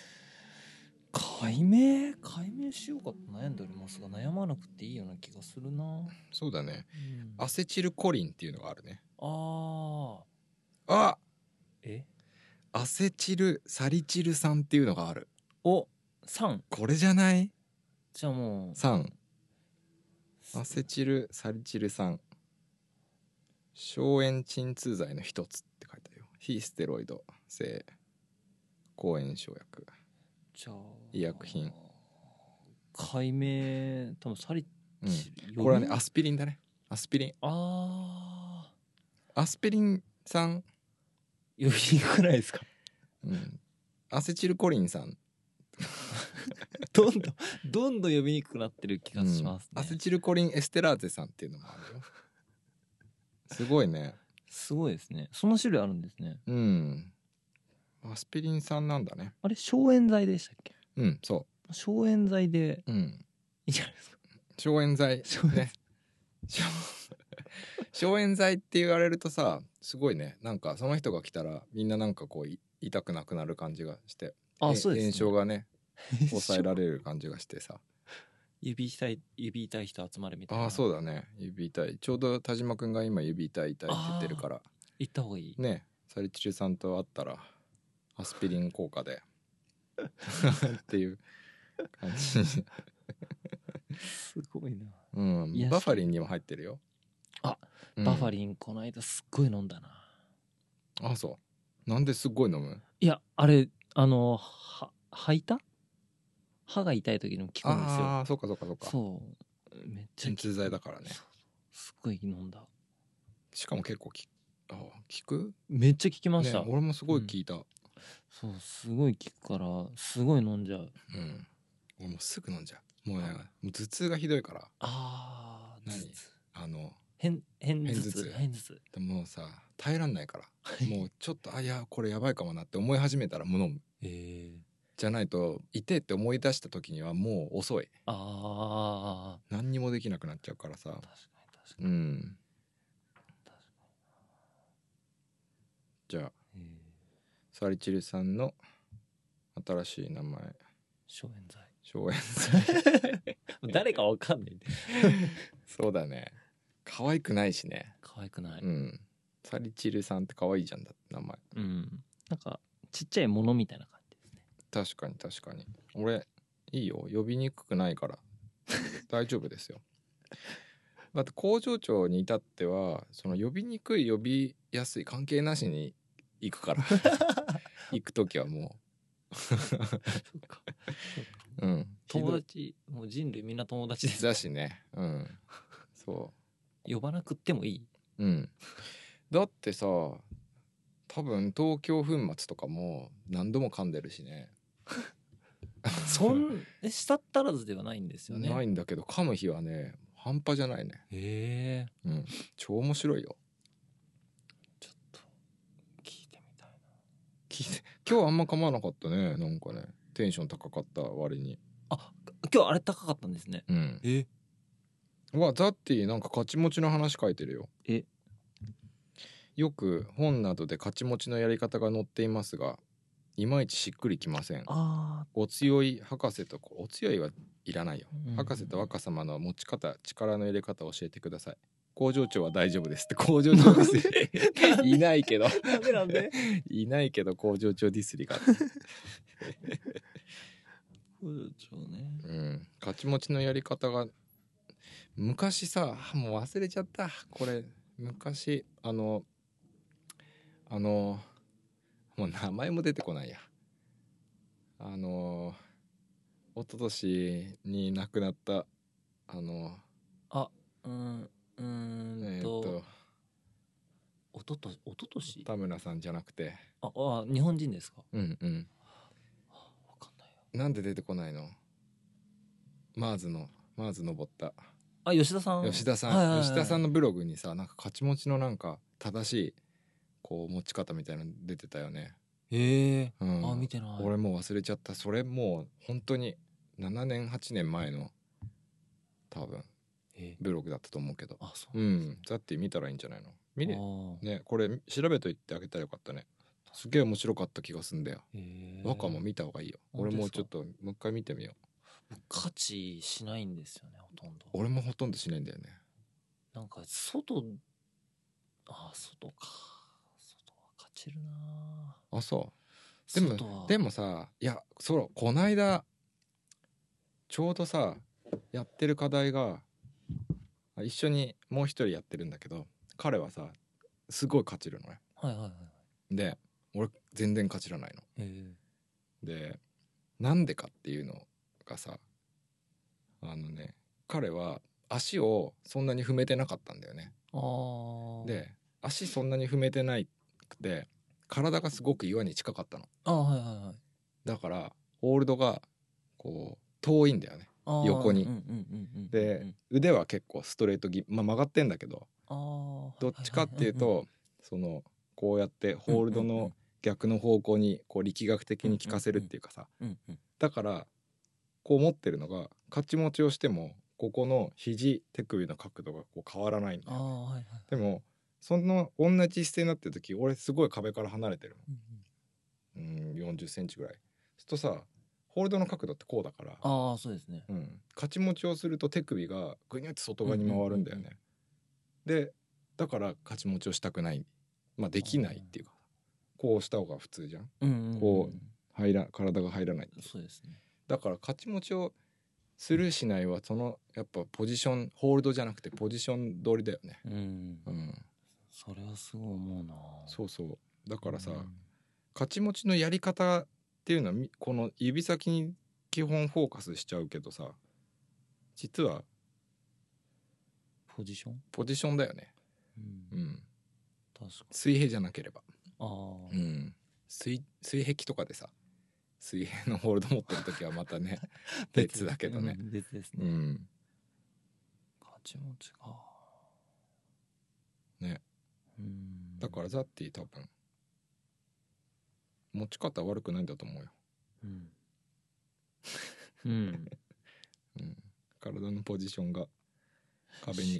解明しようかと悩んでおりますが、悩まなくていいような気がするな。 そうだね。 うん、 アセチルコリンっていうのがあるね。 あアセチルサリチル酸っていうのがある。 3。 これじゃない？ じゃあもう 3。アセチルサリチル酸、消炎鎮痛剤の一つって書いてあるよ。非ステロイド性抗炎症薬、 じゃあ医薬品。 解明多分サリチル、 これはねアスピリンだね。アスピリン。 アスピリン酸、 呼びにくくないですか？ アセチルコリン酸、 どんどん呼びにくくなってる気がしますね。 アセチルコリンエステラーゼ酸っていうのもあるよ。すごいね。 すごいですね。その種類あるんですね。 アスピリン酸なんだね。 あれ消炎剤でしたっけ？ そ消炎剤でう。 いいじゃないですか。 消炎剤ね。消炎剤って言われるとさ、すごいね。なんかその人が来たらみんななんかこう痛くなくなる感じがして、 そうですね。 炎症がね抑えられる感じがしてさ。 指痛い人集まるみたいな。 そうだね。指痛い。ちょうど田島くんが今指痛いって言ってるから行った方がいいね。サリチルさんと会ったらアスピリン効果でっていう感じ。 すごいな。 バファリンにも入ってるよ。 バファリンこの間すっごい飲んだな。 そうなんですっごい飲む？ いやあれ吐いた歯が痛い時にも効くんですよ。 そうかそうめっちゃ鎮痛剤だからね。 すっごい飲んだ。 しかも結構効く？ めっちゃ効きました、 ね、俺もすごい効いた、 そうすごい効くからすごい飲んじゃう。 俺もうすぐ飲んじゃう。もうね、もう頭痛がひどいから。 偏頭痛でもさ耐えらんないからもうちょっといやこれやばいかもなって思い始めたらもう飲む。じゃないと痛いって思い出した時にはもう遅い。何にもできなくなっちゃうからさ。確かにじゃあサリチルさんの新しい名前、 消炎剤誰かわかんないんでそうだね。可愛くないしね。 可愛くない。 サリチルさんって可愛いじゃんだって名前。 なんかちっちゃいものみたいな感じですね。 確かに俺いいよ、呼びにくくないから大丈夫ですよ。だって工場長に至ってはその呼びにくい呼びやすい関係なしに行くから行く時はもう友達、もう人類みんな友達ですだしね。そう呼ばなくってもいい。 だってさ多分東京粉末とかも何度も噛んでるしね。 したったらずではないんですよね。 ないんだけど噛む日はね半端じゃないね。超面白いよ。 ちょっと聞いてみたいな。 今日あんま噛まなかったね。なんかねテンション高かった割に。 今日あれ高かったんですね。 ザッティなんかカチモチの話書いてるよ。よく本などでカチモチのやり方が載っていますがいまいちしっくりきません。お強い博士とお強いはいらないよ、博士と若様の持ち方力の入れ方を教えてください。工場長は大丈夫ですって。工場長ディスリいないけどなんでいないけど工場長ディスリが工場長ね。 カチモチのやり方が昔さもう忘れちゃったこれ。昔もう名前も出てこないや。一昨年に亡くなったあ、おととし田村さんじゃなくて、 日本人ですか？ うんうん。 わかんないよ。 なんで出てこないの？マーズ登った。 吉田さん。 吉田さん、 はいはいはい、 吉田さんのブログにさ、なんかカチモチのなんか正しいこう持ち方みたいなの出てたよね。 へえ、 うん、 見てない。 俺もう忘れちゃった。それもう本当に7年8年前の多分ブログだったと思うけど。 そううん。ザッティ見たらいいんじゃないの？見れね、これ調べといてあげたらよかったね。すげえ面白かった気がすんだよ。若も見た方がいいよ。俺もちょっともう一回見てみよう。 価値しないんですよね、ほとんど。 俺もほとんどしないんだよね。 なんか外か。外は勝ちるな。 あ、そう。でもさ、いや、こないだちょうどさやってる課題が一緒にもう一人やってるんだけど、彼はさすごい勝ちるのね。 はいはいはい。 で俺全然勝ちらないの。でなんでかっていうのがさ、彼は足をそんなに踏めてなかったんだよね。で足そんなに踏めてないくて体がすごく岩に近かったの。 はいはいはい。 だからホールドがこう遠いんだよね、横に。で腕は結構ストレート曲がってんだけど、どっちかっていうとそのこうやってホールドの逆の方向にこう力学的に効かせるっていうかさ、だからこう持ってるのがカチ持ちをしてもここの肘手首の角度がこう変わらないんだよね。でもその同じ姿勢になってる時俺すごい壁から離れてるの、40センチぐらい。そうするとさホールドの角度ってこうだから、 そうですね、 カチ持ちをすると手首がグニュって外側に回るんだよね。でだからカチ持ちをしたくない、できないっていうか、こうした方が普通じゃん、こう体が入らない。 そうですね。 だからカチ持ちをするしないはそのやっぱポジション、ホールドじゃなくてポジション通りだよね。 それはすごい思うな。 そうそう。だからさ、カチ持ちのやり方っていうのはこの指先に基本フォーカスしちゃうけどさ、実はポジションだよね。 確かに。 水平じゃなければ。水平とかでさ水平のホールド持ってる時はまたね別だけどね。 別ですね。カチ持ちかね。だからザッティ多分持ち方悪くないんだと思うよ。体のポジションが壁に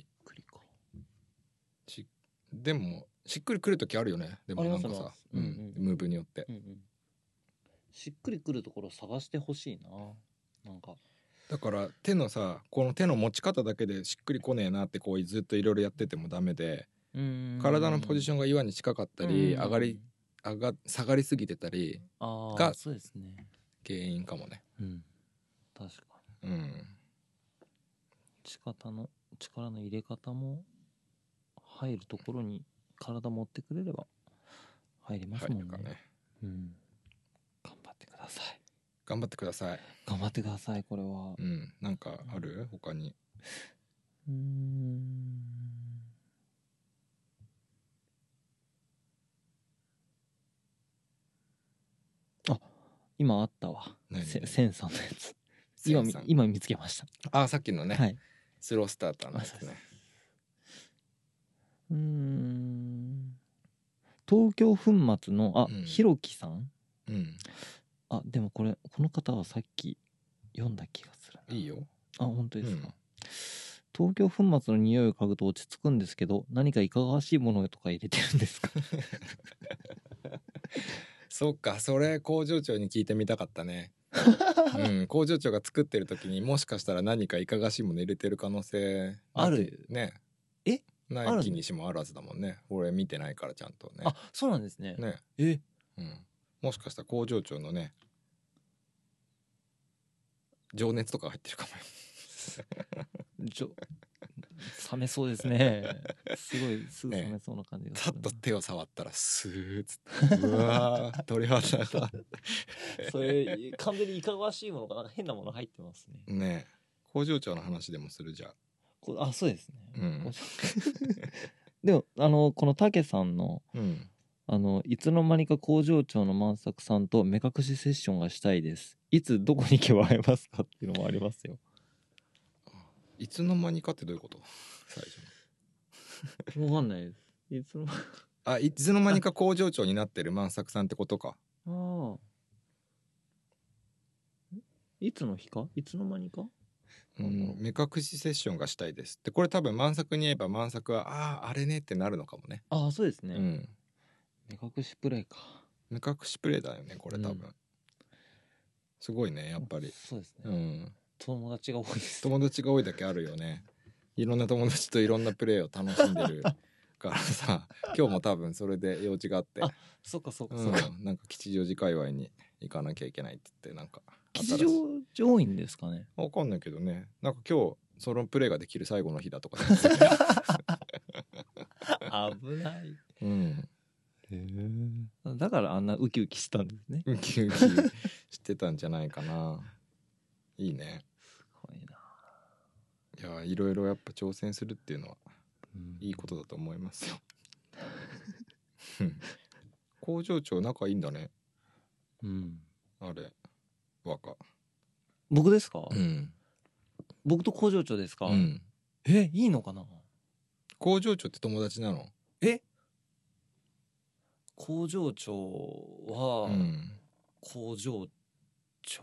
でもしっくりくる時あるよね。でもなんかさ、ムーブによって、 しっくりくるところ探してほしいな。なんかだから手のさ、この手の持ち方だけでしっくりこねえなってこうずっといろいろやっててもダメで、体のポジションが岩に近かったり下がりすぎてたりがそうですね、 原因かもね。 確かに。力の入れ方も入るところに体持ってくれれば入りますもんね。 入るかね。 頑張ってください。 頑張ってください。 頑張ってください。これは。 なんかある？他に。 今あったわ。センさんのやつ。今見つけました。 さっきのね、スロースターターのやつね。 東京粉末のひろきさん。でもこの方はさっき読んだ気がする。 いいよ。 本当ですか。東京粉末の匂いを嗅ぐと落ち着くんですけど、何かいかがわしいものとか入れてるんですか？ そっか、それ工場長に聞いてみたかったね。工場長が作ってる時にもしかしたら何かいかがわしいもの入れてる可能性あるね。ない気にしもあるはずだもんね。俺見てないからちゃんとね。 そうなんですね。 もしかしたら工場長のね情熱とか入ってるかもよ。 冷めそうですね。すごいすぐ冷めそうな感じがするな。 さっと手を触ったらスーッつってうわー鳥肌がそれ完全にいかがわしいものがなんか変なもの入ってますね。 ねえ工場長の話でもするじゃん。 あ、そうですね。 うんでもこのたけさんのうんいつの間にか工場長の万作さんと目隠しセッションがしたいです。いつどこに行けば会えますかっていうのもありますよ。 いつの間にかってどういうこと？最初わかんないです。いつのいつの間にか工場長になってる万作さんってことか。 ああ。いつの日か？いつの間にか？ 目隠しセッションがしたいですってこれ多分万作に言えば万作はあれねってなるのかもね。 ああ、そうですね。 うん目隠しプレイか。 目隠しプレイだよねこれ多分、すごいねやっぱり。 そうですね。 うん友達が多いです。 友達が多いだけあるよね。いろんな友達といろんなプレイを楽しんでるからさ今日も多分それで用事があって、 あ、そっかそっかそっか。 なんか吉祥寺界隈に行かなきゃいけないって言ってなんか吉祥寺多いんですかね。 わかんないけどねなんか今日そのプレイができる最後の日だとか危ない。 うんだからあんなウキウキしたんですね。 ウキウキしてたんじゃないかな。いいね。 すごいな。 いやいろいろやっぱ挑戦するっていうのはうんいいことだと思いますよ工場長仲いいんだね。 うん。 あれ若僕ですか？ うん僕と工場長ですか？ うんいいのかな？ 工場長って友達なの？ 工場長は、 うん工場長？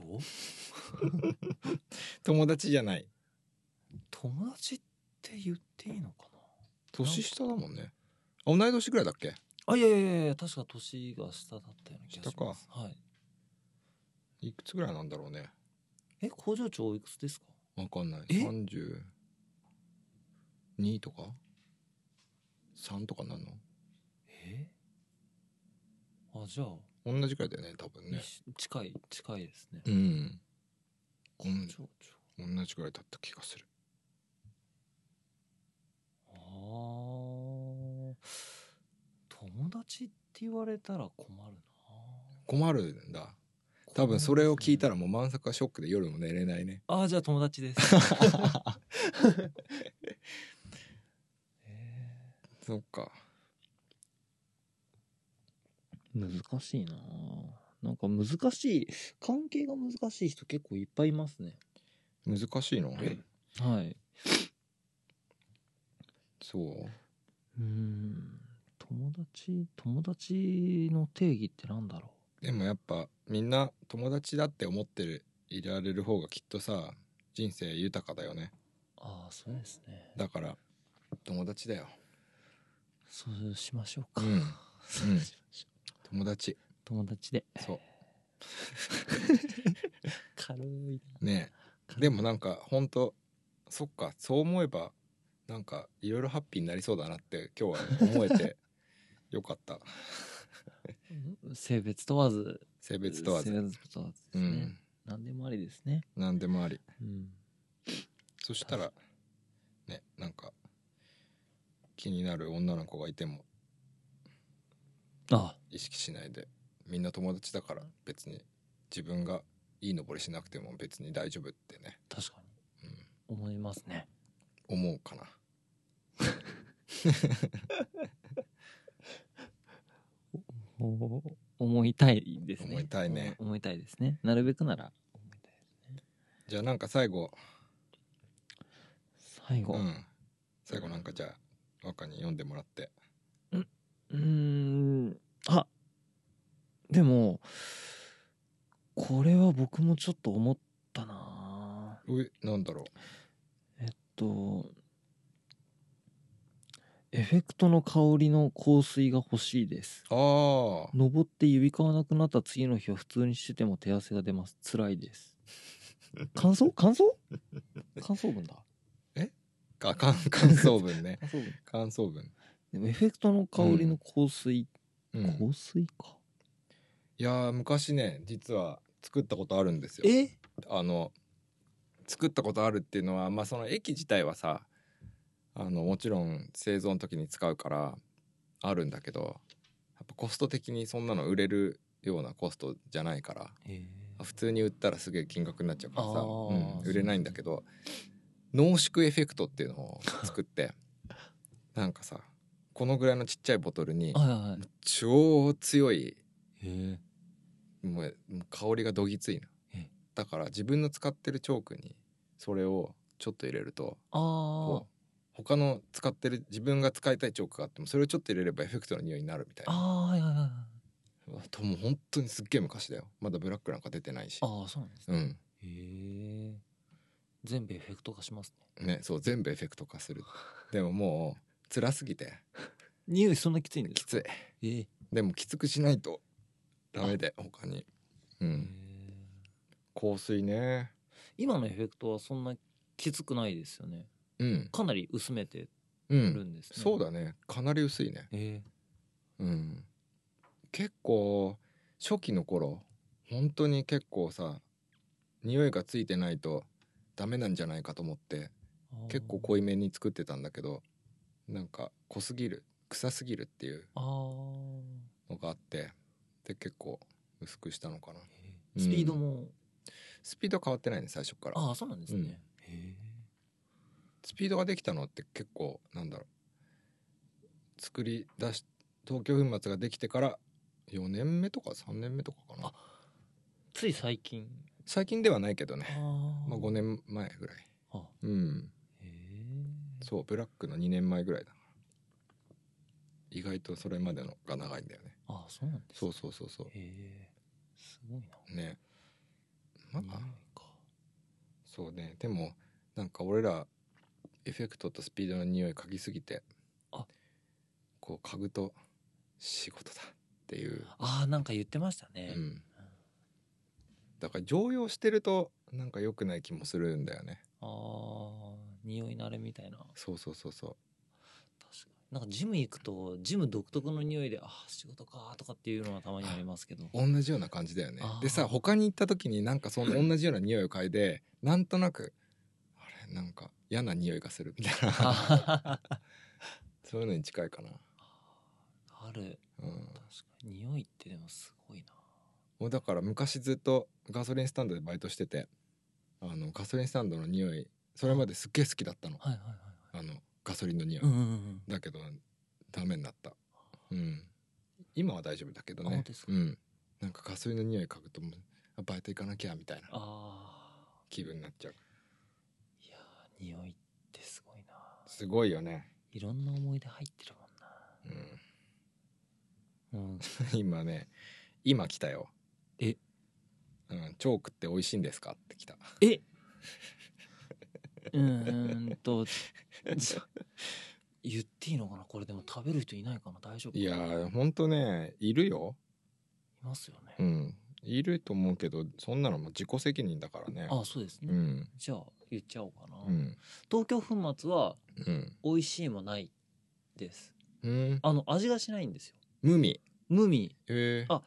友達じゃない。 友達って言っていいのか年下だもんね。同い年ぐらいだっけ？ な？あ、いやいやいや、確か年が下だったような気がします。はいくつぐらいなんだろうね。 い。工場長おいくつですか？ わかんない。32とか3とかなんの？ あ、じゃあ同じくらいだよね多分ね。 近いですね。 うん工場長。 同じくらいだった気がする。 ああ、友達って言われたら困るな。 困るんだ。多分それを聞いたらもう満作はショックで夜も寝れないね。 ああ、じゃあ友達です。 そっか。 難しいな。なんか難しい関係が難しい人結構いっぱいいますね。 難しいの？ はい。 そう。 友達の定義ってなんだろでもやっぱみんな友達だって思っていられる方がきっとさ人生豊かだよね。 ああ、そうですね。 だから友達だよ。 そうしましょうか。 そうしましょう。友達で。そう軽いねえ。でもなんかほんとそっかそう思えばなんかいろいろハッピーになりそうだなって今日は思えてよかった性別問わずですね、 何でもありですね。 何でもあり、そしたらねなんか気になる女の子がいても意識しないでみんな友達だから別に自分がいい登りしなくても別に大丈夫ってね。 確かに、思いますね。 思うかな思いたいですね。 思いたいね。 思いたいですね。なるべくなら思いたいですね。 じゃあなんか最後なんかじゃあ若に読んでもらって。 あ、でもこれは僕もちょっと思ったな。 なんだろう。 エフェクトの香りの香水が欲しいです。登って指皮なくなった次の日は普通にしてても手汗が出ます。辛いです。感想文だ。 感想文ね。感想文。 でもエフェクトの香りの香水、香水か。 いや昔ね実は作ったことあるんですよ。作ったことあるっていうのはまあその液自体はさもちろん製造の時に使うからあるんだけど、やっぱコスト的にそんなの売れるようなコストじゃないから、普通に売ったらすげえ金額になっちゃうからさ、売れないんだけど、濃縮エフェクトっていうのを作ってなんかさ、このぐらいのちっちゃいボトルに超強いもう香りがどぎついな。だから自分の使ってるチョークにそれをちょっと入れると、こう他の使ってる自分が使いたいチョークがあってもそれをちょっと入れればエフェクトの匂いになるみたいな。ともう本当にすっげえ昔だよ。まだブラックなんか出てないし。 そうなんですね。へえ。全部エフェクト化しますね。 ね、そう全部エフェクト化する。でももう辛すぎて。 匂いそんなきついんですか？ きつい。でもきつくしないとダメで、他に。香水ね。 今のエフェクトはそんなきつくないですよね。かなり薄めてるんですね。 そうだね。かなり薄いね。結構初期の頃本当に結構さ、匂いがついてないとダメなんじゃないかと思って結構濃いめに作ってたんだけど、なんか濃すぎる、臭すぎるっていうのがあって、で結構薄くしたのかな。 スピードも、 スピード変わってないね、最初から。 そうなんですね。 スピードができたのって結構なんだろう、作り出し東京粉末ができてから4年目とか3年目とかかな。 つい最近ではないけどね。まあ5年前ぐらい。そう、ブラックの2年前ぐらいだな。意外とそれまでのが長いんだよね。 そうなんですか。そうすごいな。 ね。まあそうね。でもなんか俺らエフェクトとスピードの匂い嗅ぎすぎて、こう嗅ぐと仕事だっていう。 なんか言ってましたね。 だから常用してるとなんか良くない気もするんだよね。 匂い慣れみたいな。 そう。 確かに。なんかジム行くとジム独特の匂いで仕事かとかっていうのはたまにありますけど、 同じような感じだよね。でさ、他に行った時になんかその同じような匂いを嗅いでなんとなくあれなんか嫌な匂いがするみたいなそういうのに近いかな。 ある。確かに匂いってでもすごいな。 もうだから昔ずっとガソリンスタンドでバイトしてて、ガソリンスタンドの匂いそれまですっげえ好きだったの。ガソリンの匂い、だけどダメになった。今は大丈夫だけどね。なんかガソリンの匂い嗅ぐともうバイト行かなきゃみたいな気分になっちゃう。 いや匂いってすごいな。 すごいよね。 いろんな思い出入ってるもんな。 今来たよ。チョークって美味しいんですかって来た。 言っていいのかなこれ。でも食べる人いないかな、大丈夫かな。 いやほんとね、いるよ。 いますよね。 いると思うけど、そんなのも自己責任だからね。 そうですね。じゃあ言っちゃおうかな。東京粉末は美味しいもないです。味がしないんですよ。無味。ピ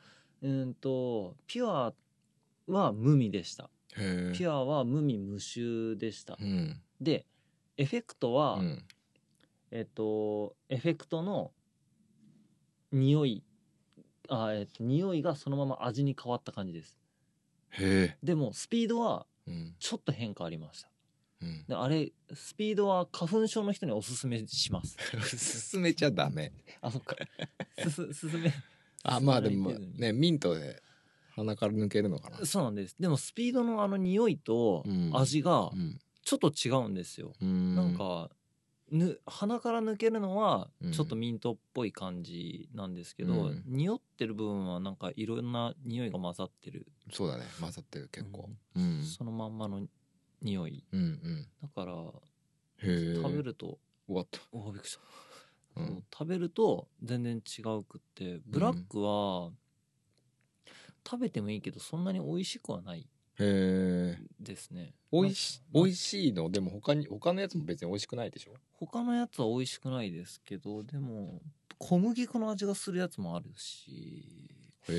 ュアは無味でした。ピュアは無味無臭でした。でエフェクトは、エフェクトの匂い匂いがそのまま味に変わった感じです。でもスピードはちょっと変化ありました。であれスピードは花粉症の人におすすめします。 勧めちゃダメ。 そっか。勧めまあでもね、ミントで鼻から抜けるのかな。 そうなんです。でもスピードの匂いと味がちょっと違うんですよ。なんか鼻から抜けるのはちょっとミントっぽい感じなんですけど、匂ってる部分はなんかいろんな匂いが混ざってる。 そうだね、混ざってる結構。 そのまんまの匂い。だから食べるとびっくりした。食べると全然違うくって、ブラックは食べてもいいけどそんなに美味しくはないですね。 美味しいのでも他のやつも別に美味しくないでしょ。 他のやつは美味しくないですけど、でも小麦粉の味がするやつもあるし。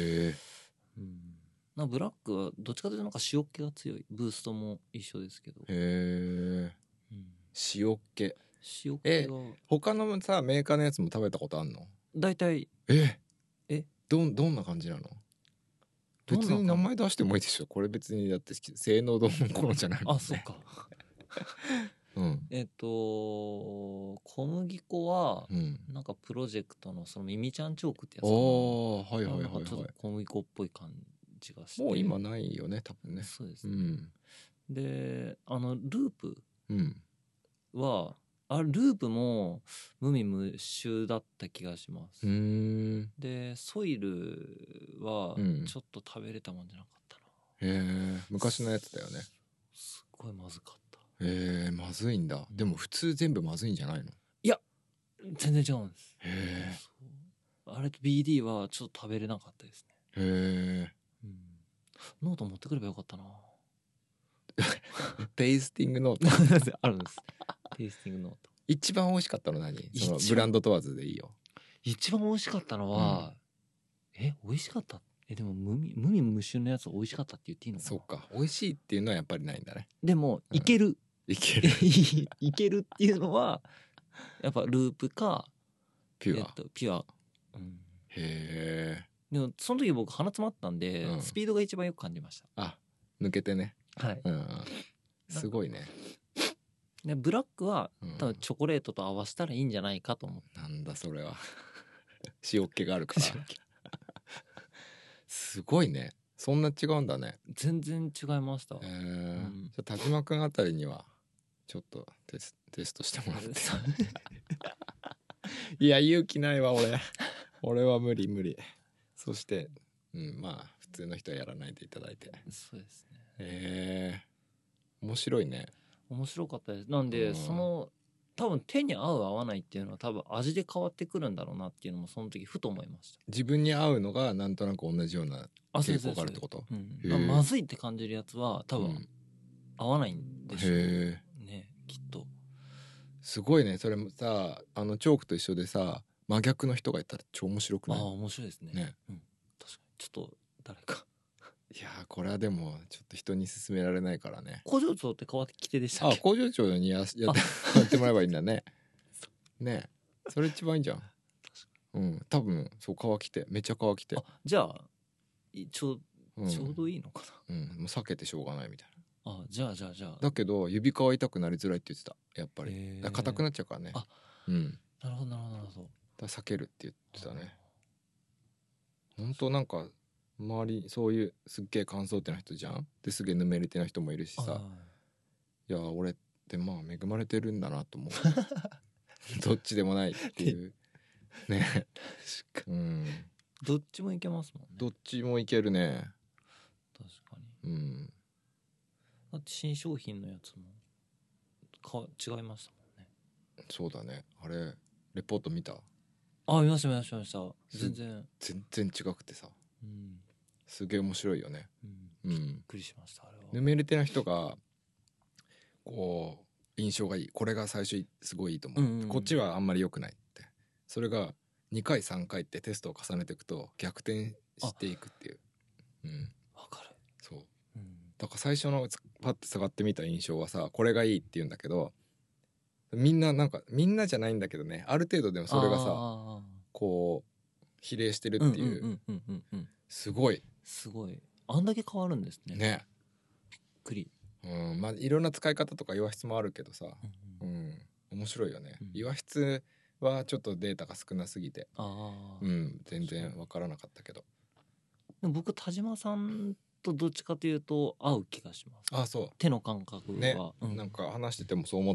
ブラックはどっちかというとなんか塩気が強い。ブーストも一緒ですけど。 塩気。 塩系が他のさメーカーのやつも食べたことあんの？ 大体どんな感じなの？ どんな別に名前出してもいいでしょ。これ別にだって性能どうのこうのじゃないもんね。 あ、そっか。 うん小麦粉はうんなんかプロジェクトのそのミミちゃんチョークってやつかな。 はいはいはいなんかちょっはと小麦粉っぽい感じがしてい。もう今ないよね多分ね。 そうですね、 うんでループうんはループも無味無臭だった気がします、でソイルはうんちょっと食べれたもんじゃなかったな、 へえ昔のやつだよね。 すっごいまずかった。 へえまずいんだ。でも普通全部まずいんじゃないの？ 全然違うんです。 へえそうあれと BD はちょっと食べれなかったですね。 へえノート持ってくればよかったな。 テイスティングノートあるんです。テイスティングノート。 一番美味しかったの何？その一番ブランド問わずでいいよ。 一番美味しかったのは、美味しかった。でも無味無臭のやつ美味しかったって言っていいのかな。 そうか美味しいっていうのはやっぱりないんだね。 でもいける、 いけるいけるっていうのはやっぱループかピュア、 ピュア、 へえでもその時僕鼻詰まったんで、スピードが一番よく感じました。 あ抜けてね。 はいすごいね。 でブラックは多分チョコレートと合わせたらいいんじゃないかと思って、 なんだそれは塩っ気があるからすごいね。そんな違うんだね。 全然違いました。 じゃあ田島くんあたりにはちょっとテストしてもらっていや勇気ないわ俺は無理。そしてまあ普通の人はやらないでいただいて。 そうですね。 面白いね。 面白かったです。なんでその多分手に合う合わないっていうのは多分味で変わってくるんだろうなっていうのもその時ふと思いました。 自分に合うのがなんとなく同じような傾向があるってこと？ まずいって感じるやつは多分合わないんでしょうね、きっと。 すごいね。それもさチョークと一緒でさ真逆の人がいたら超面白くない？ 面白いですね。 ね、 確かにちょっと誰かいやこれはでもちょっと人に勧められないからね。 工場長って変わってきてでしたっけ？ 工場長にやってもらえばいいんだねねそれ一番いいじゃん。多分そう皮着てめっちゃ皮着てじゃあちょうどいいのかな。 もう避けてしょうがないみたいな。じゃあだけど指皮痛くなりづらいって言ってた。やっぱり硬くなっちゃうからね。 なるほどだ避けるって言ってたね。本当なんか周りそういうすっげえ乾燥手な人じゃん。ですげえぬめり手な人もいるしさ、いや俺ってまあ恵まれてるんだなと思うどっちでもないっていうねどっちもいけますもんね。 どっちもいけるね。 確かに。だって新商品のやつも違いましたもんね。 そうだね。あれレポート見た？ 見ました全然違くてさ、すげえ面白いよね。 びっくりしました。あれはぬめり手な人がこう印象がいい、これが最初すごいいいと思う、こっちはあんまり良くないって、それが2回3回ってテストを重ねていくと逆転していくっていう。 わかる。 そう、だから最初のパッて下がってみた印象はさこれがいいって言うんだけど、みんなじゃないんだけどね、ある程度でもそれがさこう比例してるっていう、すごいあんだけ変わるんですね。 ね、 びっくり。 まあいろんな使い方とか岩質もあるけどさ、面白いよね。岩質はちょっとデータが少なすぎて全然分からなかったけど、 でも僕田島さんとどっちかというと合う気がします。 そう手の感覚はね、なんか話しててもそう思った。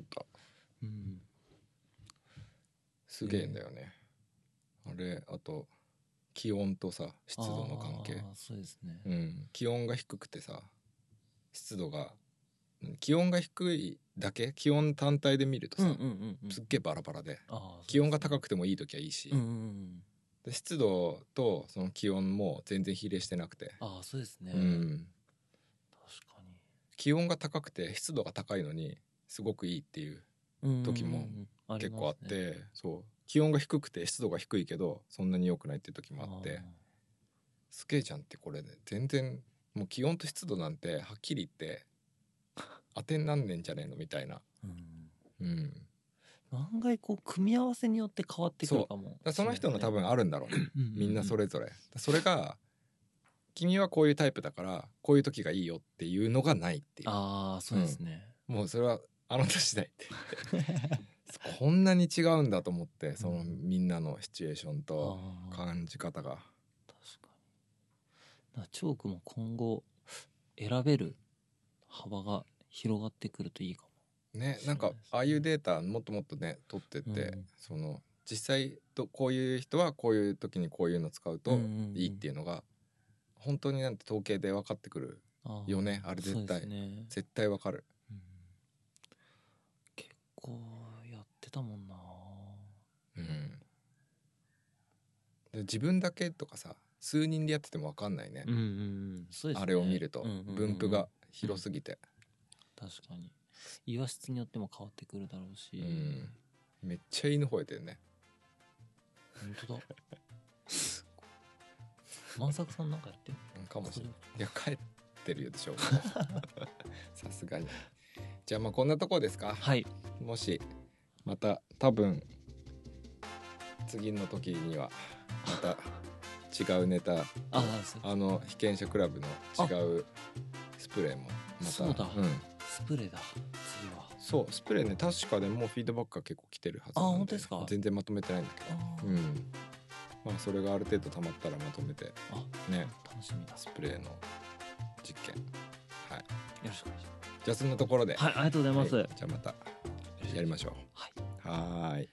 すげえんだよね、あれ。あと気温とさ湿度の関係。 そうですね、 気温が低くてさ湿度が、気温が低いだけ、気温単体で見るとさ、すっげえバラバラで、気温が高くてもいい時はいいし、で湿度とその気温も全然比例してなくて。 そうですね、確かに気温が高くて湿度が高いのにすごくいいっていう時も結構あって、そう気温が低くて湿度が低いけどそんなに良くないっていう時もあって、すげえじゃんって。これね全然もう気温と湿度なんてはっきり言って当てになんねんじゃねえのみたいな。 案外こう組み合わせによって変わってくるかも。 だからその人の多分あるんだろうね、みんなそれ。 れぞれ。それが君はこういうタイプだからこういう時がいいよっていうのがないっていう。 ああそうですね。 もうそれはあなた次第ってこんなに違うんだと思って、そのみんなのシチュエーションとあー感じ方が。 確かに。だからチョークも今後選べる幅が広がってくるといいかも。 ね、なんかああいうデータもっともっとね取ってって、 うんその実際とこういう人はこういう時にこういうの使うといいっていうのが本当になんて統計で分かってくるあーよね。あれ絶対、 そうですね。 絶対分かる。 うん結構やってたもんな。 うんで自分だけとかさ数人でやってても分かんないね、 うんうんうんそうですね。 あれを見るとうんうんうんうん分布が広すぎて、 確かに岩質によっても変わってくるだろうし、 うんめっちゃ犬吠えてるね。 本当だ。万作さんなんかやってる？ かもしれない。いや帰ってるよでしょうさすがに。じゃあまあこんなとこですか。 はい。 もしまた多分次の時にはまた違うネタあそう被験者クラブの違うスプレーもまたそうだん、 スプレーだ次は。 そうスプレーね確かでもうフィードバックが結構来てるはずあなんで。 本当ですか？ 全然まとめてないんだけど、 あー、 うんまあそれがある程度溜まったらまとめてあね楽しみだ。 スプレーの実験はいよろしくお願いしじゃあそんなところでます。はいありがとうございます。 はいじゃあまたやりましょう。 はいはーい。